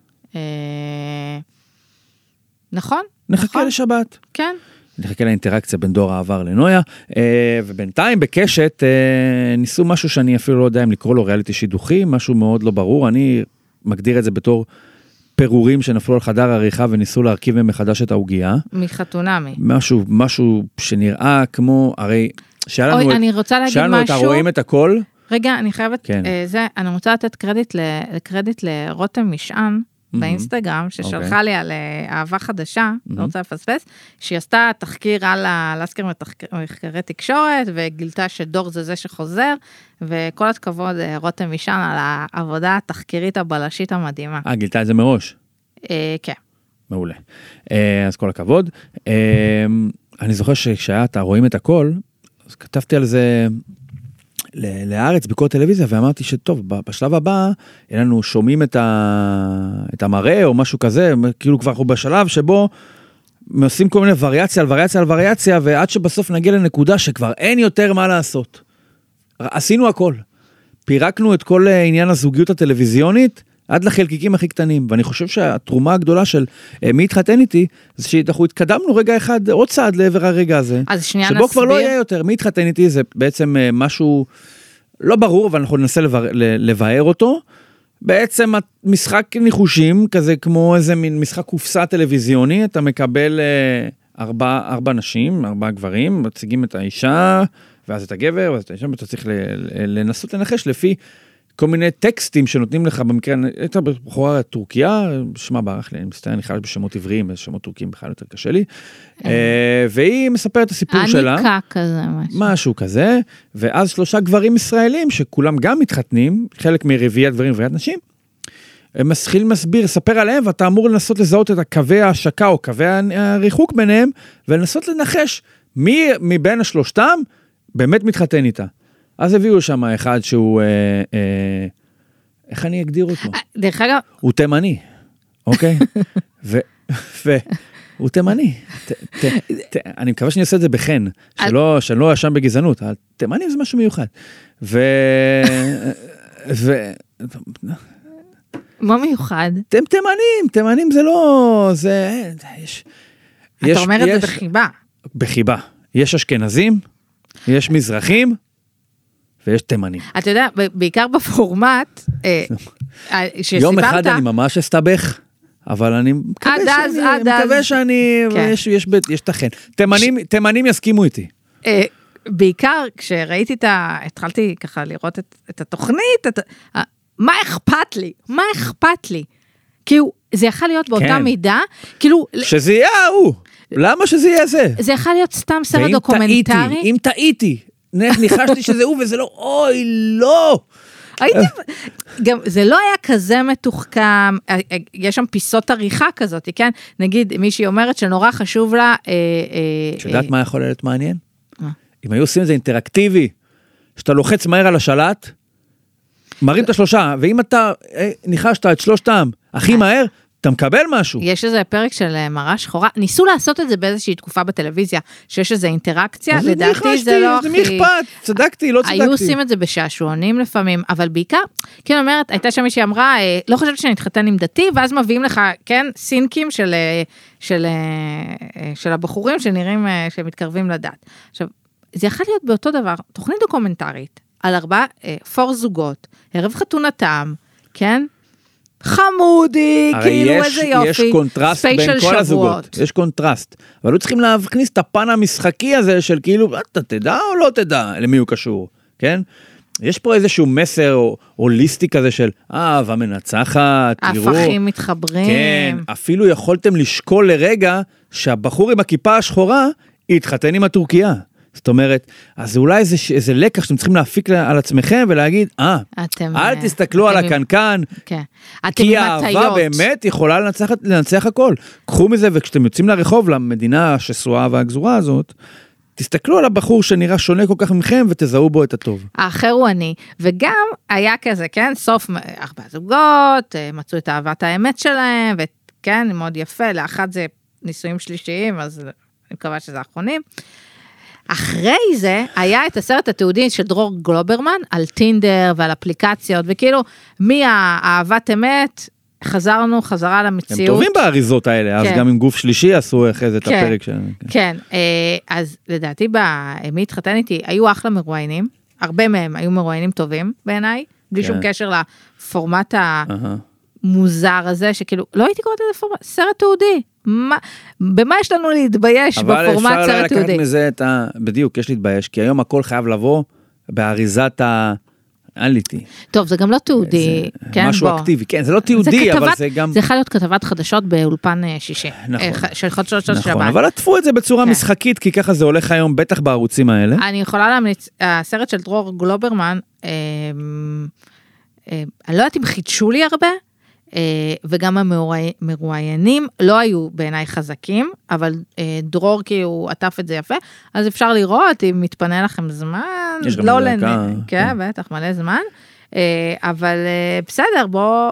נכון. נחכה לשבת. כן. נחכה לאינטראקציה בין דור העבר לנויה, ובינתיים בקשת ניסו משהו שאני אפילו לא יודע אם לקרוא לו ריאליטי שידוכי, משהו מאוד לא ברור, אני מגדיר את זה בתור פירורים שנפלו על חדר עריכה וניסו להרכיב מחדש את ההוגיה. מחתונמי. משהו שנראה כמו, הרי אני רוצה להגיד משהו. רואים את הכל. רגע, אני חייבת, אני רוצה לתת קרדיט לרותם משען, באינסטגרם, ששלחה לי על אהבה חדשה, לא רוצה לפספס, שהיא עשתה תחקיר על להזכיר מחקרי תקשורת, וגילתה שדור זה שחוזר, וכל הכבוד רותם משען על העבודה התחקירית הבלשית המדהימה. גילתה את זה מראש? כן. מעולה. אז כל הכבוד. אני זוכר שכשאתה רואים את הכל, אז כתבתי על זה לארץ, בכל טלוויזיה, ואמרתי שטוב, בשלב הבא, אנחנו שומעים את המראה, או משהו כזה, כאילו כבר אנחנו בשלב שבו, עושים כל מיני וריאציה על וריאציה על וריאציה, ועד שבסוף נגיע לנקודה שכבר אין יותר מה לעשות. עשינו הכל. פירקנו את כל עניין הזוגיות הטלוויזיונית, עד לחלקיקים הכי קטנים, ואני חושב שהתרומה הגדולה של מי התחתן איתי, זה שאנחנו התקדמנו רגע אחד, עוד צעד לעבר הרגע הזה, שבו כבר לא יהיה יותר, מי התחתן איתי זה בעצם משהו לא ברור, אבל אנחנו ננסה לבאר אותו, בעצם משחק ניחושים, כזה כמו איזה מין משחק קופסה טלוויזיוני, אתה מקבל 4 נשים, 4 גברים, מציגים את האישה, ואז את הגבר, ואז את האישה, ואתה צריך לנסות לנחש לפי כל מיני טקסטים שנותנים לך במקרה, הייתה בחורה טורקיה, שמה ברח לי, אני מסתכל, אני חייב בשמות עבריים, שמות טורקים בכלל יותר קשה לי, והיא מספרת את הסיפור שלה. עניקה כזה, משהו כזה, ואז 3 גברים ישראלים, שכולם גם מתחתנים, חלק מרביעיית גברים ורביעיית נשים, הם מתחילים לספר עליהם, ואתה אמור לנסות לזהות את הקווי ההשקה, או קווי הריחוק ביניהם, ולנסות לנחש מי מבין השלושתם באמת מתחתן איתה. אז הביאו שם אחד שהוא, איך אני אגדיר אותו? דרך אגב... הוא תימני, אוקיי? והוא תימני. אני מקווה שאני עושה את זה בחן, שאני לא אשם בגזענות, תימנים זה משהו מיוחד. מה מיוחד? תימנים זה לא, זה, אתה אומר את זה בחיבה. בחיבה. יש אשכנזים, יש מזרחים, ויש תימנים. אתה יודע, בעיקר בפורמט, שסיפרת... יום אחד אני ממש אסתבך, אבל אני מקווה שאני, יש תכן. תימנים יסכימו איתי. בעיקר כשראיתי התחלתי ככה לראות את התוכנית, מה אכפת לי? מה אכפת לי? כאילו, זה יכול להיות באותה מידה, כאילו... שזה יהיה הוא. למה שזה יהיה זה? זה יכול להיות סתם סרט דוקומנטרי. אם טעיתי, ניחשתי שזה הוא וזה לא, אוי, לא. גם זה לא היה כזה מתוחכם, יש שם פיסות עריכה כזאת, כן? נגיד, מישהי אומרת שנורא חשוב לה... שדעת מה יכול להיות מעניין? אם היו עושים את זה אינטראקטיבי, שאתה לוחץ מהר על השלט, מרים את השלושה, ואם אתה ניחשת את שלושתם הכי מהר, אתה מקבל משהו. יש איזה פרק של מראה שחורה, ניסו לעשות את זה באיזושהי תקופה בטלוויזיה, שיש איזו אינטראקציה, לדעתי זה לא הכי... זה מי אכפת, צדקתי, לא צדקתי. היו עושים את זה בשעשועונים לפעמים, אבל בעיקר, כן אומרת, הייתה שם מישהי אמרה, לא חושבת שאני אתחתן עם דתי, ואז מביאים לך, כן, סינקים של הבחורים שנראים, שמתקרבים לדת. עכשיו, זה יכול להיות באותו דבר, תוכנית דוקומנטרית, על 4 זוגות, ערב חתונתם, כן? חמודי, כאילו איזה יופי. יש קונטרסט בין כל הזוגות, יש קונטרסט, אבל לא צריכים להכניס את הפן המשחקי הזה של כאילו, אתה תדע או לא תדע למי הוא קשור, כן? יש פה איזשהו מסר הוליסטי כזה של, אהבה מנצחת, תראו. ההפכים מתחברים. כן, אפילו יכולתם לשקול לרגע שהבחור עם הכיפה השחורה יתחתן עם הטורקיה. זאת אומרת, אז אולי איזה לקח שאתם צריכים להפיק על עצמכם ולהגיד, אל תסתכלו על הקנקן, כי האהבה באמת יכולה לנצח הכל. קחו מזה, וכשאתם יוצאים לרחוב, למדינה השסועה והגזורה הזאת, תסתכלו על הבחור שנראה שונה כל כך מכם, ותזהו בו את הטוב. האחר הוא אני, וגם היה כזה, כן, סוף 4 זוגות, מצאו את אהבת האמת שלהם, וכן, מאוד יפה, לאחד זה נישואים שלישיים, אז אני מקווה שזה האחרונים. אחרי זה היה את הסרט התיעודי של דרור גלוברמן על טינדר ועל אפליקציות, וכאילו מהאהבת אמת חזרנו חזרה למציאות. הם טובים באריזות האלה, אז גם עם גוף שלישי עשו אחרי זה את הפרק שלנו. כן, אז לדעתי מי התחתן איתי, היו אחלה מרואיינים, הרבה מהם היו מרואיינים טובים בעיניי, בלי שום קשר לפורמט המוזר הזה, שכאילו לא הייתי קוראת לזה פורמט, סרט תיעודי. במה יש לנו להתבייש בפורמט סרט תיעודי? לקחת מזה בדיוק, יש להתבייש, כי היום הכל חייב לבוא באריזת האליטי. טוב, זה גם לא תיעודי. משהו אקטיבי, כן, זה לא תיעודי, אבל זה גם... זה יכול להיות כתבת חדשות באולפן שישי. של חדשות של שבת. נכון, אבל עטפו את זה בצורה משחקית, כי ככה זה הולך היום, בטח בערוצים האלה. אני יכולה להמליץ, הסרט של דרור גלוברמן, אני לא יודעת אם חידשו לי הרבה, וגם המרואיינים לא היו בעיניי חזקים, אבל דרור כי הוא עטף את זה יפה, אז אפשר לראות אם מתפנה לכם זמן, יש גם דקה. כן, בטח, מלא זמן, אבל בסדר,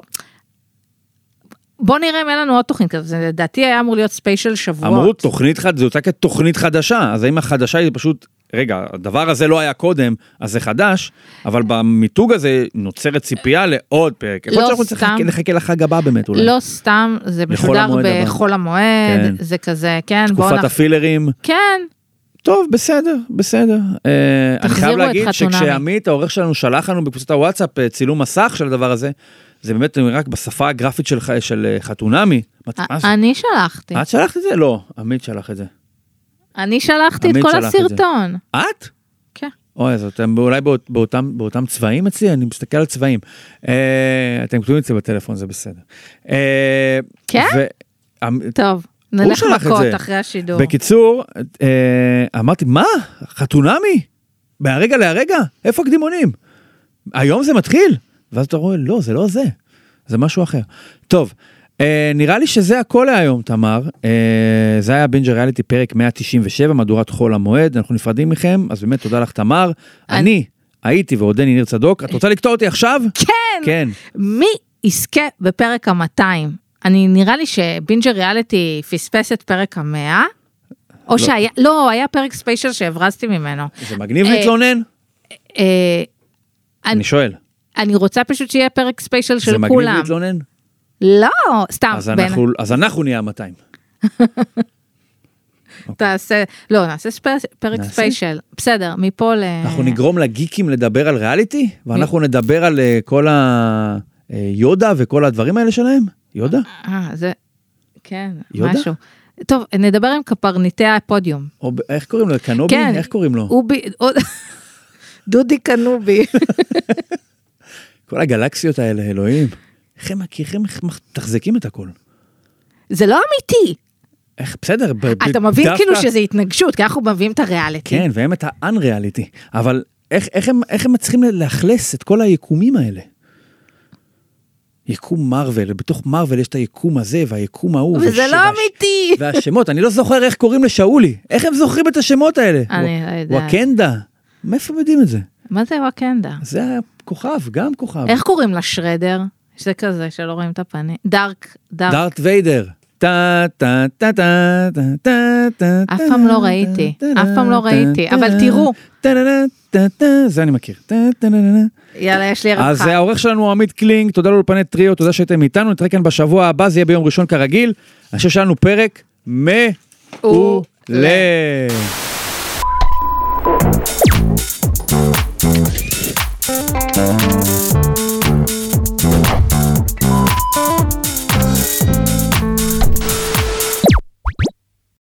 בוא נראה אם אין לנו עוד תוכנית כזה, זה לדעתי היה אמור להיות ספיישל שבועות. אמרו תוכנית חדשה, זה יוצא כתוכנית חדשה, אז האם החדשה היא פשוט... רגע, הדבר הזה לא היה קודם, אז זה חדש, אבל במיתוג הזה נוצרת ציפייה לעוד פרק. לא סתם. אנחנו נחכה לחג הבא באמת אולי. לא סתם, זה משודר בחול המועד, כן. זה כזה, כן. תקופת הפילרים. כן. טוב, בסדר. אני חייב להגיד שכשעמית, העורך שלנו שלח לנו בקבוצת הוואטסאפ צילום מסך של הדבר הזה, זה באמת רק בשפה הגרפית של חתונמי. אני שלחתי. את שלחת את זה? לא, עמית שלח את זה. אני שלחתי את כל הסרטון. את? כן. אוי, אז אתם אולי באותם צבעים אצלי, אני מסתכל על צבעים. אתם כתובים אצלי בטלפון, זה בסדר. כן? טוב, נלך מכות אחרי השידור. בקיצור, אמרתי, מה? חתונמי? מהרגע להרגע? איפה הקדימונים? היום זה מתחיל? ואז אתה רואה, לא, זה לא זה. זה משהו אחר. טוב, נראה לי שזה הכל להיום, תמר. זה היה בינג' ריאליטי פרק 197, מהדורת חול המועד. אנחנו נפרדים מכם, אז באמת תודה לך, תמר. אני הייתי ועודני ניר צדוק. את רוצה לקטוע אותי עכשיו? כן. מי יזכה בפרק ה-200? אני נראה לי שבינג' ריאליטי פספס את פרק ה-100, או שהיה, לא, היה פרק ספיישל שהברזתי ממנו. זה מגניב להתלונן? אני שואל. אני רוצה פשוט שיהיה פרק ספיישל של כולם. זה מגניב להתלונן? לא, סתם. אז אנחנו נהיה 200. נעשה פרק ספיישל. בסדר, מפה אנחנו נגרום לגיקים לדבר על ריאליטי, ואנחנו נדבר על כל היודה וכל הדברים האלה שלהם? יודה? זה, כן, משהו. טוב, נדבר עם קפרניטי הפודיום. איך קוראים לו? קנובי? איך קוראים לו? דודי קנובי. כל הגלקסיות האלה, אלוהים. איך הם תחזקים את הכל? זה לא אמיתי. איך, בסדר. אתה מבין כאילו שזה התנגשות, כי אנחנו מביאים את הריאליטי. כן, והם את האן-ריאליטי. אבל איך הם מצליחים לאכלס את כל היקומים האלה? יקום מרוול, בתוך מרוול יש את היקום הזה, והיקום ההוא. וזה לא אמיתי. והשמות, אני לא זוכר איך קוראים לשאולי. איך הם זוכרים את השמות האלה? אני לא יודעת. וואקנדה. מאיפה יודעים את זה? מה זה וואקנדה? זה הכוכב, גם כוכב. איך קוראים לשרדר? זה כזה שלא רואים את הפנים. דארט ויידר. אף פעם לא ראיתי, אבל תראו. זה אני מכיר. יאללה, יש לי ערב אז העורך שלנו הוא עמית קלינג, תודה לאולפני טריו, תודה שהייתם איתנו, נתראה כאן בשבוע הבא, זה יהיה ביום ראשון כרגיל. אני חושב שלנו פרק מעולה.